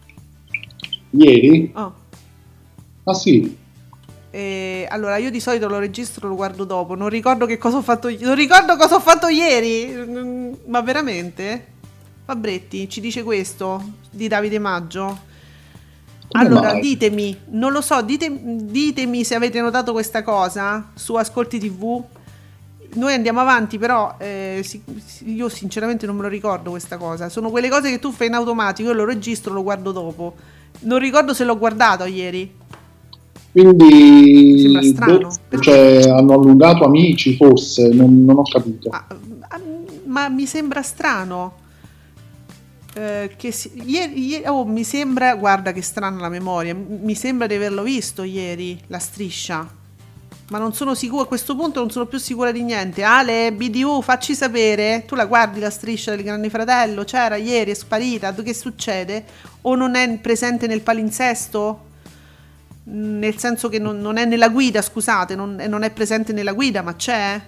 Ieri? Oh. Ah sì. E allora io di solito lo registro, lo guardo dopo. Non ricordo che cosa ho fatto. Non ricordo cosa ho fatto ieri. Ma veramente? Fabretti ci dice questo di Davide Maggio. Come allora mai? ditemi, non lo so, dite, ditemi se avete notato questa cosa su Ascolti tivù. Noi andiamo avanti, però eh, io sinceramente non me lo ricordo questa cosa. Sono quelle cose che tu fai in automatico, io lo registro, lo guardo dopo. Non ricordo se l'ho guardato ieri. Quindi sembra strano, do, cioè, hanno allungato Amici, forse, non, non ho capito. Ma, ma mi sembra strano. Eh, che si, ieri, ieri, oh, mi sembra, guarda che strana la memoria. Mi sembra di averlo visto ieri, la striscia. Ma non sono sicura, a questo punto non sono più sicura di niente. Ale, B D U, facci sapere. Tu la guardi la striscia del Grande Fratello? C'era ieri, è sparita, che succede? O non è presente nel palinsesto? Nel senso che non, non è nella guida, scusate, non, non è presente nella guida, ma c'è?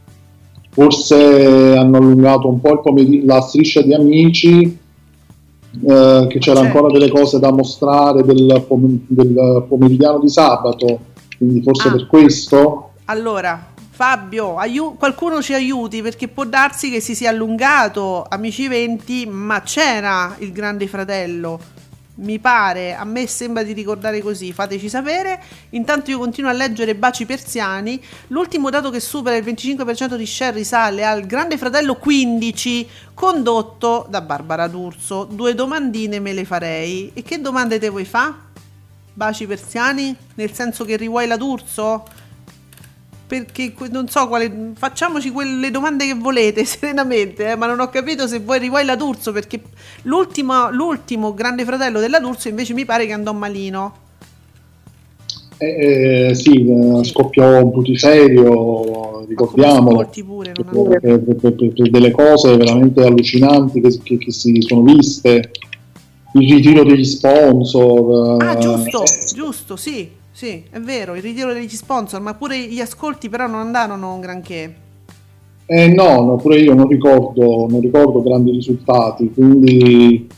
Forse hanno allungato un po' il pomeriggio, la striscia di Amici, eh, che c'era c'è. ancora delle cose da mostrare del, pom- del pomeridiano di sabato. Quindi forse ah, per questo. Allora, Fabio, aiu- qualcuno ci aiuti, perché può darsi che si sia allungato Amici venti, ma c'era il Grande Fratello. Mi pare, a me sembra di ricordare così, fateci sapere. Intanto io continuo a leggere Baci Persiani. L'ultimo dato che supera il venticinque per cento di share risale al Grande Fratello quindici, condotto da Barbara D'Urso. Due domandine me le farei. E che domande te vuoi fa? Baci Persiani? Nel senso che rivuoi la D'Urso? Perché non so quale. Facciamoci quelle domande che volete serenamente, eh, ma non ho capito se vuoi rivuoi la D'Urso, perché l'ultimo, l'ultimo Grande Fratello della D'Urso invece mi pare che andò malino. Eh, eh, sì, eh, sì, scoppiò un putiferio, ricordiamo, pure, per, per, per, per delle cose veramente allucinanti che, che, che si sono viste. Il ritiro degli sponsor. Ah, giusto, eh. giusto, sì, sì, è vero, il ritiro degli sponsor, ma pure gli ascolti però non andarono un granché. Eh no, no, pure io non ricordo, non ricordo grandi risultati, quindi...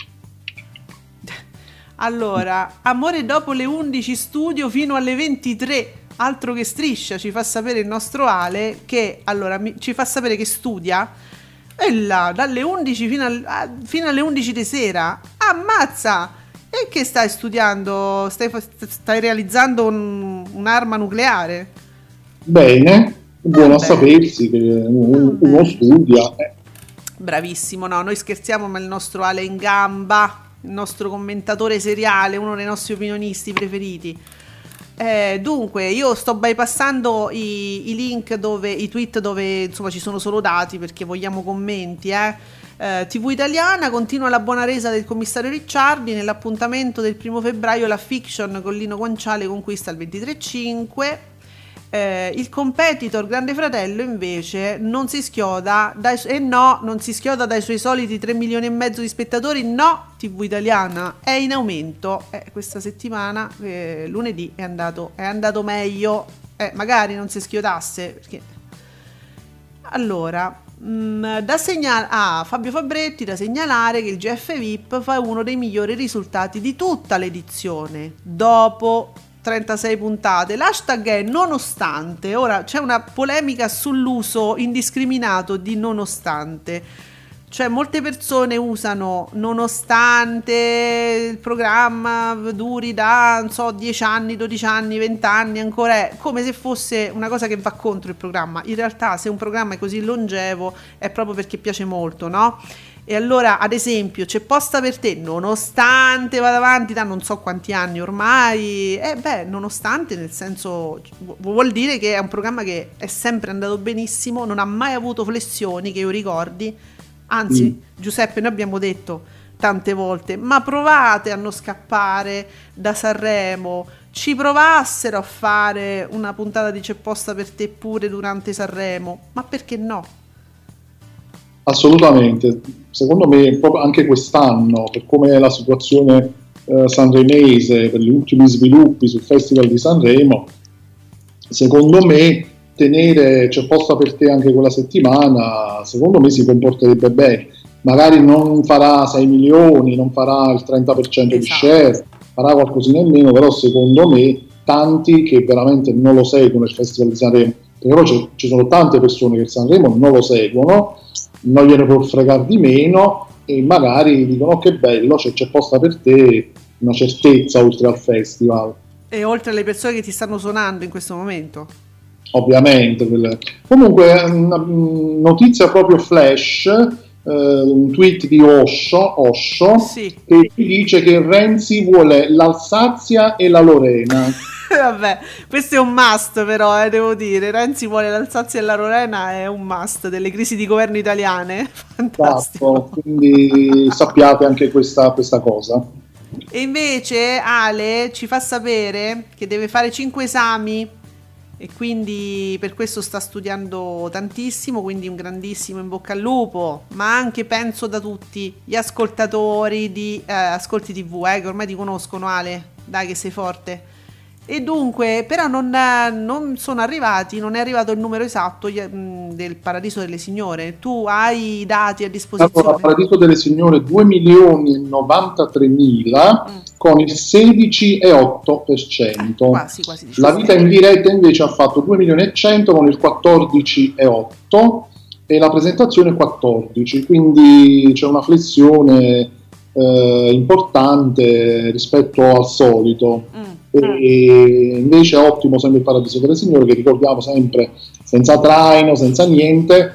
Allora, Amore dopo le undici studio fino alle ventitré, altro che striscia, ci fa sapere il nostro Ale, che allora mi, ci fa sapere che studia. E là, dalle undici fino, al, a, fino alle undici di sera. Ammazza! E che stai studiando? Stai, stai realizzando un, un'arma nucleare? Bene, buono ah, a sapersi che uno, ah, uno studia. Eh. Bravissimo, no, noi scherziamo, ma il nostro Ale in gamba, il nostro commentatore seriale, uno dei nostri opinionisti preferiti. Eh, dunque io sto bypassando i, i link dove i tweet dove insomma ci sono solo dati, perché vogliamo commenti. eh. Eh, tivù Italiana, continua la buona resa del commissario Ricciardi. Nell'appuntamento del primo febbraio la fiction con Lino Guanciale conquista il ventitré virgola cinque. Eh, il competitor Grande Fratello invece non si schioda dai, e eh no, non si schioda dai suoi soliti tre milioni e mezzo di spettatori. No, tivù Italiana è in aumento. Eh, questa settimana, eh, lunedì, è andato, è andato meglio. Eh, magari non si schiodasse, perché... Allora, mh, da segnalare ah, Fabio Fabretti, da segnalare che il G F V I P fa uno dei migliori risultati di tutta l'edizione, dopo trentasei puntate. L'hashtag è nonostante. Ora c'è una polemica sull'uso indiscriminato di nonostante. Cioè molte persone usano, nonostante il programma duri da, non so, dieci anni, dodici anni, venti anni, ancora è come se fosse una cosa che va contro il programma. In realtà se un programma è così longevo è proprio perché piace molto, no? E allora, ad esempio, C'è posta per te, nonostante vada avanti da non so quanti anni ormai, eh beh, nonostante, nel senso, vuol dire che è un programma che è sempre andato benissimo, non ha mai avuto flessioni che io ricordi. Anzi, mm. Giuseppe, noi abbiamo detto tante volte, ma provate a non scappare da Sanremo, ci provassero a fare una puntata di C'è posta per te pure durante Sanremo, ma perché no? Assolutamente, secondo me proprio anche quest'anno, per come è la situazione eh, sanremese, per gli ultimi sviluppi sul Festival di Sanremo, secondo me tenere C'è posta per te anche quella settimana, secondo me si comporterebbe bene. Magari non farà sei milioni, non farà il trenta per cento esatto. di share, farà qualcosina in meno, però secondo me tanti che veramente non lo seguono il Festival di Sanremo, perché poi ci sono tante persone che il Sanremo non lo seguono, non gliene può fregare di meno e magari dicono: che bello, cioè, c'è posta per te, una certezza oltre al festival. E oltre alle persone che ti stanno suonando in questo momento. Ovviamente. Comunque una notizia proprio flash, eh, un tweet di Osho, Osho sì. che dice che Renzi vuole l'Alsazia e la Lorena. Vabbè, questo è un must però, eh, devo dire, Renzi vuole l'Alsazia e la Lorena, è un must delle crisi di governo italiane, fantastico. Esatto, quindi sappiate anche questa, questa cosa. E invece Ale ci fa sapere che deve fare cinque esami e quindi per questo sta studiando tantissimo, quindi un grandissimo in bocca al lupo, ma anche penso da tutti gli ascoltatori di eh, Ascolti tivù, eh, che ormai ti conoscono Ale, dai che sei forte. E dunque, però non, non sono arrivati, non è arrivato il numero esatto del Paradiso delle Signore. Tu hai i dati a disposizione? Allora, Paradiso delle Signore due milioni e novantatremila mm. con il sedici virgola otto per cento. Eh, quasi, quasi La vita in diretta invece ha fatto due milioni e cento con il quattordici virgola otto e la presentazione quattordici, quindi c'è una flessione eh, importante rispetto al solito. Mm. E invece è ottimo sempre il Paradiso delle Signore, che ricordiamo sempre senza traino, senza niente,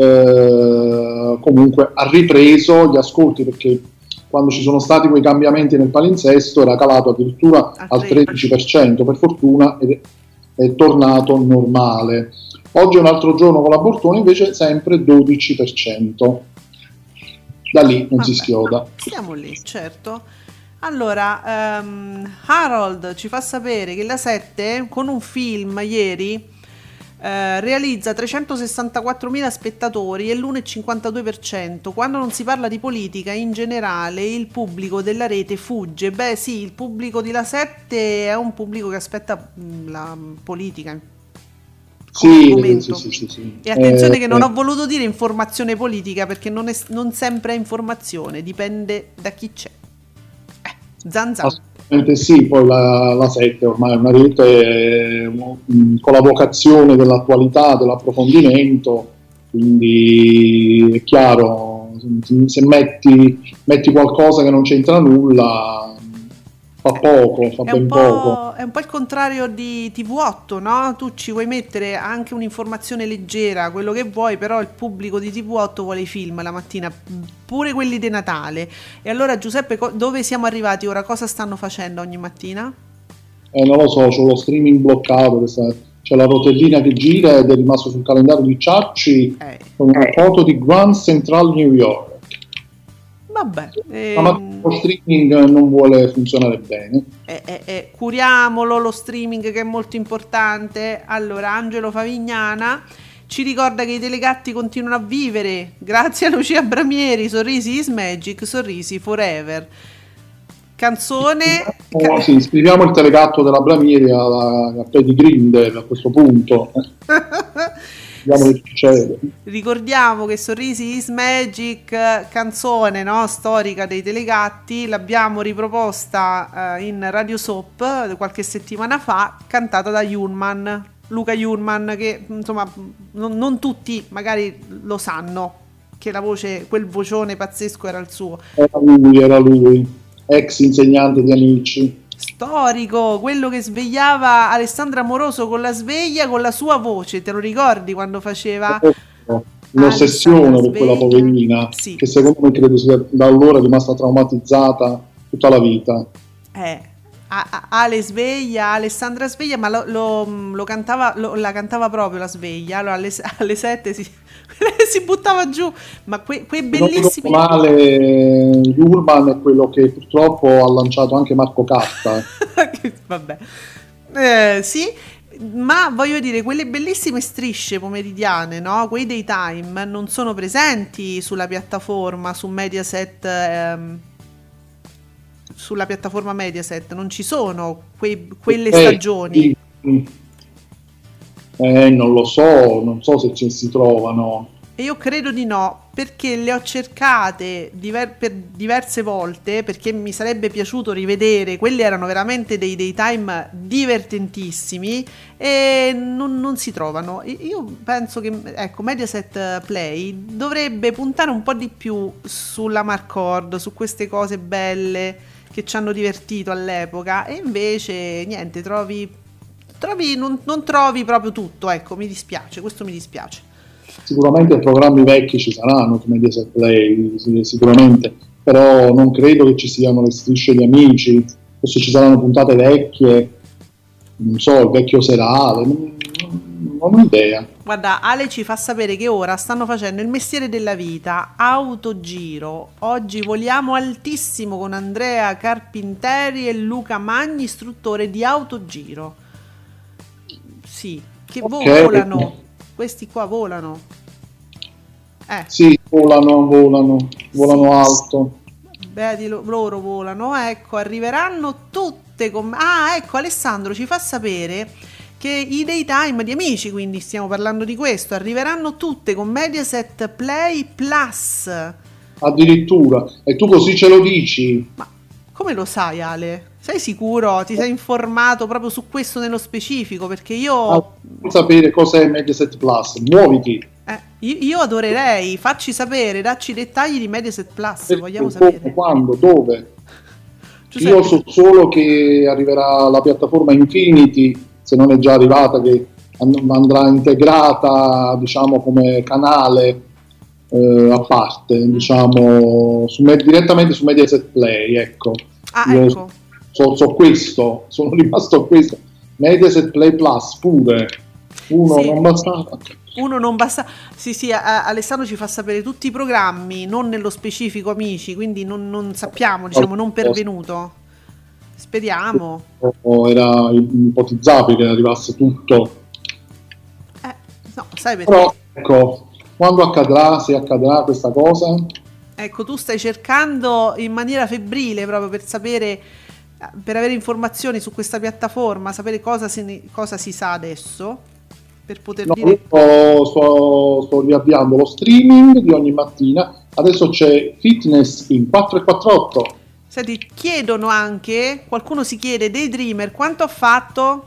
eh, comunque ha ripreso gli ascolti, perché quando ci sono stati quei cambiamenti nel palinsesto era calato addirittura al tredici per cento, per fortuna ed è, è tornato normale. Oggi è un altro giorno con la Bortone, invece sempre dodici per cento, da lì non Vabbè, si schioda. Siamo lì, certo. Allora, um, Harold ci fa sapere che la sette con un film ieri eh, realizza trecentosessantaquattromila spettatori e l'uno virgola cinquantadue per cento. Quando non si parla di politica in generale il pubblico della rete fugge. Beh sì, il pubblico di La sette è un pubblico che aspetta la politica. Sì, sì, sì, sì, sì. E attenzione eh, che non eh. ho voluto dire informazione politica, perché non, è, non sempre è informazione, dipende da chi c'è. Zan zan. Assolutamente sì, poi la, la sette ormai è una rete eh, con la vocazione dell'attualità, dell'approfondimento, quindi è chiaro, se metti, metti qualcosa che non c'entra nulla fa poco, fa è ben un po', poco. È un po' il contrario di tivù otto, no? Tu ci vuoi mettere anche un'informazione leggera, quello che vuoi, però il pubblico di tivù otto vuole i film la mattina, pure quelli di Natale. E allora Giuseppe, dove siamo arrivati ora? Cosa stanno facendo ogni mattina? Eh, non lo so, c'ho lo streaming bloccato, c'è la rotellina che gira ed è rimasto sul calendario di Ciacci eh. con una foto di Grand Central New York. Vabbè, ehm... ma lo streaming non vuole funzionare bene. Eh, eh, eh, curiamolo lo streaming, che è molto importante. Allora, Angelo Favignana ci ricorda che i telegatti continuano a vivere grazie a Lucia Bramieri. Sorrisi is magic, sorrisi forever. Canzone. Oh, sì, scriviamo il telegatto della Bramieri a, a Peggy Grinder a questo punto. Che succede. Ricordiamo che Sorrisi is Magic, canzone, no, storica dei telegatti, l'abbiamo riproposta uh, in Radio Soap qualche settimana fa, cantata da Jurman, Luca Jurman, che insomma non, non tutti magari lo sanno. che la voce, quel vocione pazzesco era il suo. Era lui, era lui, ex insegnante di Amici. Storico, quello che svegliava Alessandra Amoroso con la sveglia, con la sua voce, te lo ricordi quando faceva... Un'ossessione per quella poverina, sì. Che secondo me credo sia da allora rimasta traumatizzata tutta la vita. Eh, Ale Sveglia, Alessandra Sveglia, ma lo, lo, lo cantava, lo, la cantava proprio la sveglia, allora alle, alle sette si, si buttava giù, ma que, quei bellissimi... Male, Urban è quello che purtroppo ha lanciato anche Marco Catta. Vabbè, eh, sì, ma voglio dire, quelle bellissime strisce pomeridiane, no? Quei daytime non sono presenti sulla piattaforma, su Mediaset, ehm, sulla piattaforma Mediaset, non ci sono quei, quelle eh, stagioni. Eh, non lo so, non so se ci si trovano. E io credo di no, perché le ho cercate diver- per diverse volte, perché mi sarebbe piaciuto rivedere, quelli erano veramente dei daytime divertentissimi e non, non si trovano. Io penso che, ecco, Mediaset Play dovrebbe puntare un po' di più sulla Marcord, su queste cose belle che ci hanno divertito all'epoca, e invece niente, trovi, trovi non, non trovi proprio tutto, ecco, mi dispiace, questo mi dispiace. Sicuramente programmi vecchi ci saranno su Mediaset Play, sicuramente, però non credo che ci siano le strisce di Amici, forse ci saranno puntate vecchie, non so, il vecchio serale, non, non ho idea. Guarda, Ale ci fa sapere che ora stanno facendo Il mestiere della vita, Autogiro, oggi voliamo altissimo con Andrea Carpinteri e Luca Magni, istruttore di Autogiro. Sì, che okay. volano, questi qua volano. Eh. Sì, volano, volano, volano sì, alto. Vedi, loro volano, ecco, arriveranno tutte con... Ah, ecco, Alessandro ci fa sapere che i daytime di Amici, quindi stiamo parlando di questo, arriveranno tutte con Mediaset Play Plus. Addirittura, e tu così ce lo dici? Ma come lo sai, Ale? Sei sicuro? Ti sei informato proprio su questo nello specifico? Perché io... Ah, vuoi sapere cos'è Mediaset Plus? Muoviti! Eh, io, io adorerei, facci sapere, dacci i dettagli di Mediaset Plus, perché, vogliamo sapere. Quando? Dove? Giuseppe. Io so solo che arriverà la piattaforma Infinity, se non è già arrivata, che andrà integrata, diciamo, come canale eh, a parte, mm. diciamo, su, direttamente su Mediaset Play, ecco. Ah, Io ecco. So, so questo, sono rimasto a questo. Mediaset Play Plus pure, uno sì. non bastava. Uno non basta. Sì, sì, a- Alessandro ci fa sapere tutti i programmi, non nello specifico Amici, quindi non, non sappiamo, diciamo, non pervenuto. Speriamo. Era ipotizzabile che arrivasse tutto. Eh, no, sai perché? Però, ecco, quando accadrà, se accadrà questa cosa? Ecco, tu stai cercando in maniera febbrile proprio per sapere, per avere informazioni su questa piattaforma, sapere cosa, se ne, cosa si sa adesso, per poter no, dire... Sto, sto, sto riavviando lo streaming di ogni mattina, adesso c'è Fitness in quattro e quarantotto. Senti, chiedono anche, qualcuno si chiede, Daydreamer, quanto ha fatto?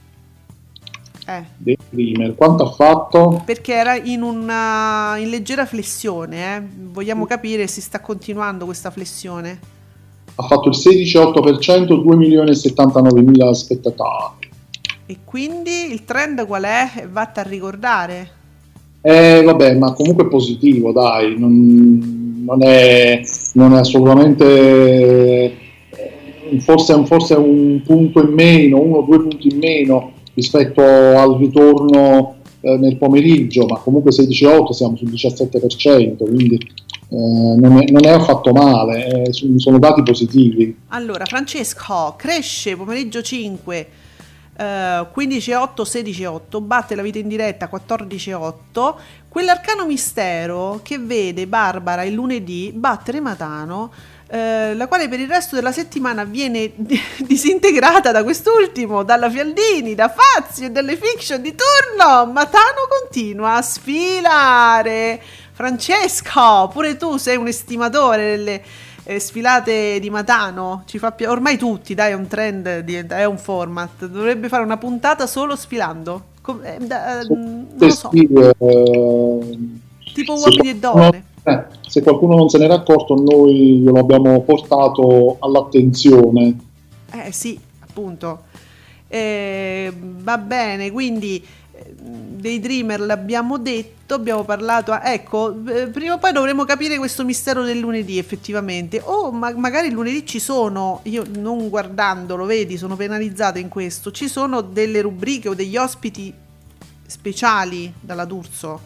Eh. Daydreamer, quanto ha fatto? Perché era in una in leggera flessione, eh? Vogliamo capire se sta continuando questa flessione. Ha fatto il sedici virgola otto per cento, due milioni e settantanovemila spettatori. E quindi il trend qual è? Vatta a ricordare. Eh vabbè, ma comunque è positivo, dai, non, non, è, non è assolutamente, forse, forse è un punto in meno, uno o due punti in meno rispetto al ritorno eh, nel pomeriggio, ma comunque sedici virgola otto siamo sul diciassette per cento, quindi eh, non, è, non è affatto male, eh, sono dati positivi. Allora, Francesco cresce pomeriggio cinque, Uh, quindici virgola otto, sedici virgola otto, batte La vita in diretta quattordici virgola otto, quell'arcano mistero che vede Barbara il lunedì battere Matano, uh, la quale per il resto della settimana viene disintegrata da quest'ultimo, dalla Fialdini, da Fazio e dalle fiction di turno. Matano continua a sfilare. Francesco, pure tu sei un estimatore delle Eh, sfilate di Matano, ci fa pi- ormai tutti, dai, è un trend, diventa, è un format, dovrebbe fare una puntata solo sfilando. Com- eh, da, eh, non lo so, eh, tipo Uomini e Donne. Eh, se qualcuno non se n'era accorto, noi glielo abbiamo portato all'attenzione. Eh sì, appunto. Eh, va bene, quindi eh, dei Dreamer l'abbiamo detto, abbiamo parlato, ah, ecco, eh, prima o poi dovremo capire questo mistero del lunedì effettivamente, o ma- magari il lunedì ci sono, io non guardandolo, vedi, sono penalizzata in questo, ci sono delle rubriche o degli ospiti speciali dalla D'Urso.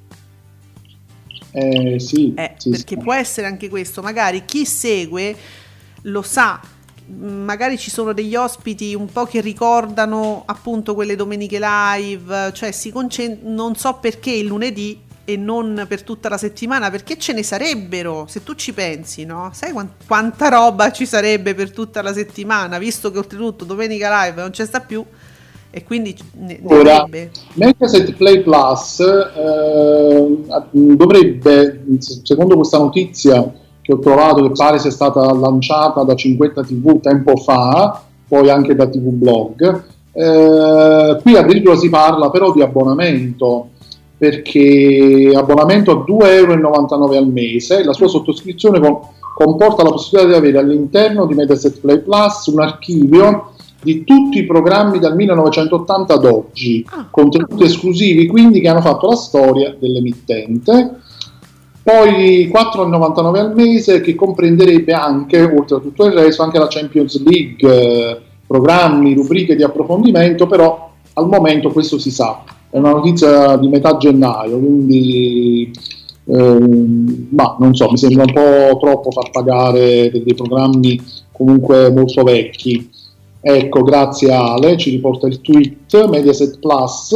Eh, sì, Eh, sì, perché sì. può essere anche questo, magari chi segue lo sa, magari ci sono degli ospiti un po' che ricordano appunto quelle domeniche live, cioè si concent- non so perché il lunedì e non per tutta la settimana, perché ce ne sarebbero, se tu ci pensi, no? Sai quant- quanta roba ci sarebbe per tutta la settimana, visto che oltretutto domenica live non c'è sta più e quindi ne, ne Ora, avrebbe. Mediaset Play Plus eh, dovrebbe, secondo questa notizia che ho trovato, che pare sia stata lanciata da cinquanta tivù tempo fa, poi anche da T V Blog, eh, qui addirittura si parla però di abbonamento, perché abbonamento a due virgola novantanove euro al mese, la sua sottoscrizione con, comporta la possibilità di avere all'interno di Mediaset Play Plus un archivio di tutti i programmi dal millenovecentottanta ad oggi, contenuti esclusivi quindi che hanno fatto la storia dell'emittente. Poi quattro virgola novantanove euro al mese, che comprenderebbe anche, oltre a tutto il resto, anche la Champions League, eh, programmi, rubriche di approfondimento, però al momento questo si sa, è una notizia di metà gennaio, quindi ehm, ma non so, mi sembra un po' troppo far pagare dei, dei programmi comunque molto vecchi. Ecco, grazie Ale, ci riporta il tweet, Mediaset Plus.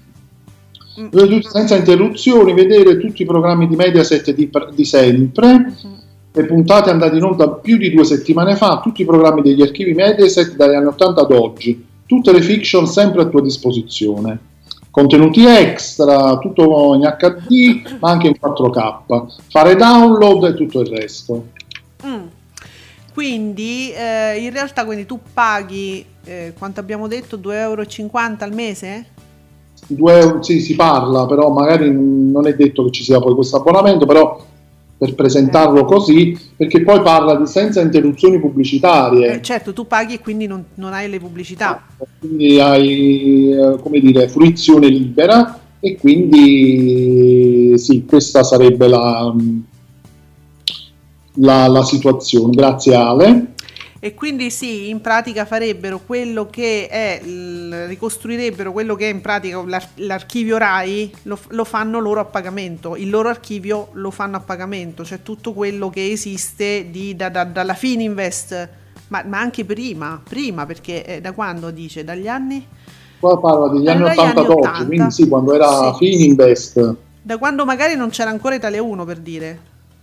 Senza interruzioni, vedere tutti i programmi di Mediaset di, di sempre, le puntate andate in onda più di due settimane fa, tutti i programmi degli archivi Mediaset dagli anni ottanta ad oggi, tutte le fiction sempre a tua disposizione, contenuti extra, tutto in acca di ma anche in quattro K, fare download e tutto il resto. Mm. Quindi eh, in realtà quindi tu paghi eh, quanto abbiamo detto, due virgola cinquanta euro al mese? due euro, sì, si parla, però magari non è detto che ci sia poi questo abbonamento, però per presentarlo così, perché poi parla di senza interruzioni pubblicitarie. Eh, certo, tu paghi e quindi non, non hai le pubblicità. Quindi hai, eh, come dire, fruizione libera, e quindi sì, questa sarebbe la, la, la situazione. Grazie Ale. E quindi sì, in pratica farebbero quello che è, l- ricostruirebbero quello che è in pratica l'ar- l'archivio RAI, lo, lo fanno loro a pagamento, il loro archivio lo fanno a pagamento, cioè tutto quello che esiste di, da, da, dalla Fininvest, ma, ma anche prima, prima perché eh, da quando dice? Dagli anni? Qua parla degli anni Dagli ottanta anni ad oggi, ottanta. quindi sì, quando era Sì. Fininvest. Da quando magari non c'era ancora Italia uno, per dire.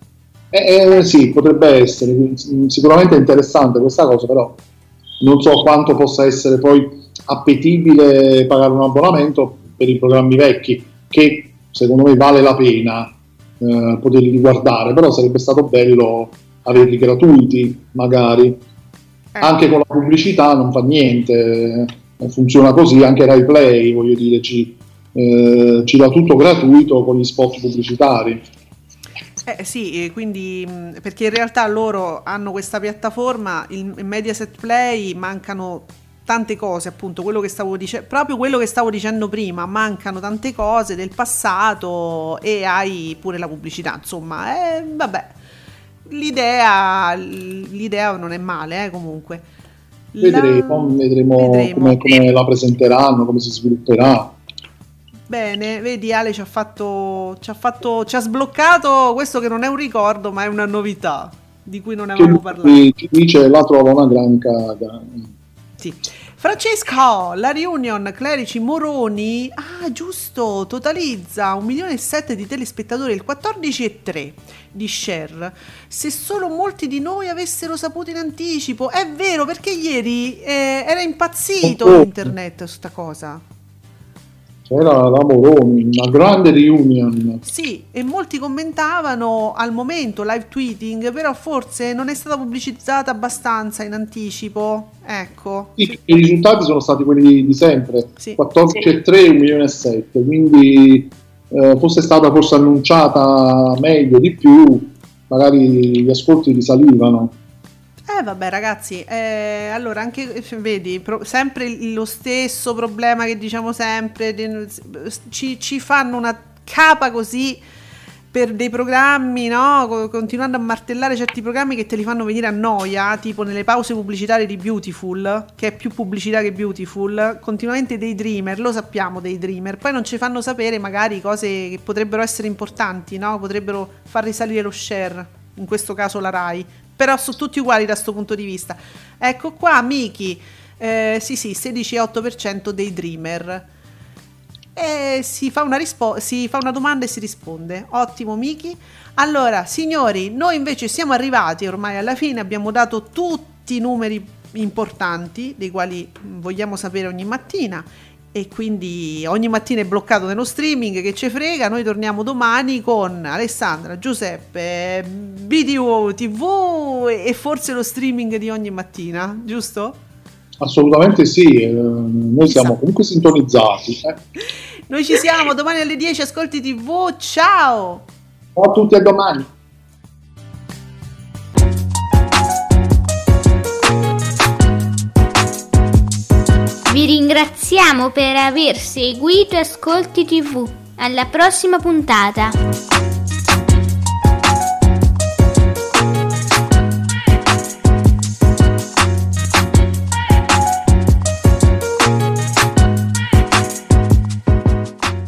Eh, eh, sì, potrebbe essere, sicuramente è interessante questa cosa, però non so quanto possa essere poi appetibile pagare un abbonamento per i programmi vecchi, che secondo me vale la pena eh, poterli riguardare, però sarebbe stato bello averli gratuiti magari, Eh. anche con la pubblicità non fa niente, eh, funziona così, anche Rai Play, voglio dire, ci, eh, ci dà tutto gratuito con gli spot pubblicitari. Eh sì, quindi mh, perché in realtà loro hanno questa piattaforma, il il Mediaset Play, mancano tante cose, appunto, quello che stavo dicendo, proprio quello che stavo dicendo prima, mancano tante cose del passato e hai pure la pubblicità, insomma, eh, vabbè, l'idea, l'idea non è male, eh, comunque. La- Vedremo, vedremo, vedremo. Come, come la presenteranno, come si svilupperà. Bene, vedi Ale ci ha fatto, ci ha fatto, ci ha sbloccato questo che non è un ricordo, ma è una novità di cui non Che avevamo parlato. lui ci dice la trova una gran caga. Sì. Francesco, la reunion Clerici Moroni, ah giusto, totalizza un milione e sette di telespettatori, il quattordici e tre di share. Se solo molti di noi avessero saputo in anticipo, è vero, perché ieri eh, era impazzito Oh, oh. internet su sta cosa. C'era la Moroni, una grande reunion. Sì, e molti commentavano al momento live tweeting, però forse non è stata pubblicizzata abbastanza in anticipo. Ecco. Sì, i risultati sono stati quelli di sempre, Sì. quattordici e tre, un milione e sette, quindi eh, fosse stata forse annunciata meglio, di più, magari gli ascolti risalivano. Eh vabbè ragazzi, eh, allora anche, vedi, pro- sempre lo stesso problema che diciamo sempre, de- ci, ci fanno una capa così per dei programmi, no? Co- continuando a martellare certi programmi che te li fanno venire a noia, tipo nelle pause pubblicitarie di Beautiful, che è più pubblicità che Beautiful, continuamente dei Dreamer, lo sappiamo dei Dreamer, poi non ci fanno sapere magari cose che potrebbero essere importanti, no? Potrebbero far risalire lo share, in questo caso la Rai. Però sono tutti uguali da sto punto di vista. Ecco qua Miki, eh, sì sì, sedici virgola otto per cento dei Dreamer. E si fa una rispo- si fa una domanda e si risponde. Ottimo Miki. Allora signori, noi invece siamo arrivati ormai alla fine, abbiamo dato tutti i numeri importanti dei quali vogliamo sapere ogni mattina, e quindi ogni mattina è bloccato nello streaming, che ci frega. Noi torniamo domani con Alessandra, Giuseppe, B D O T V e forse lo streaming di ogni mattina, giusto? Assolutamente sì, eh, noi siamo comunque sintonizzati. Eh. Noi ci siamo domani alle dieci, Ascolti T V, ciao! Ciao a tutti, a domani! Vi ringraziamo per aver seguito Ascolti T V. Alla prossima puntata!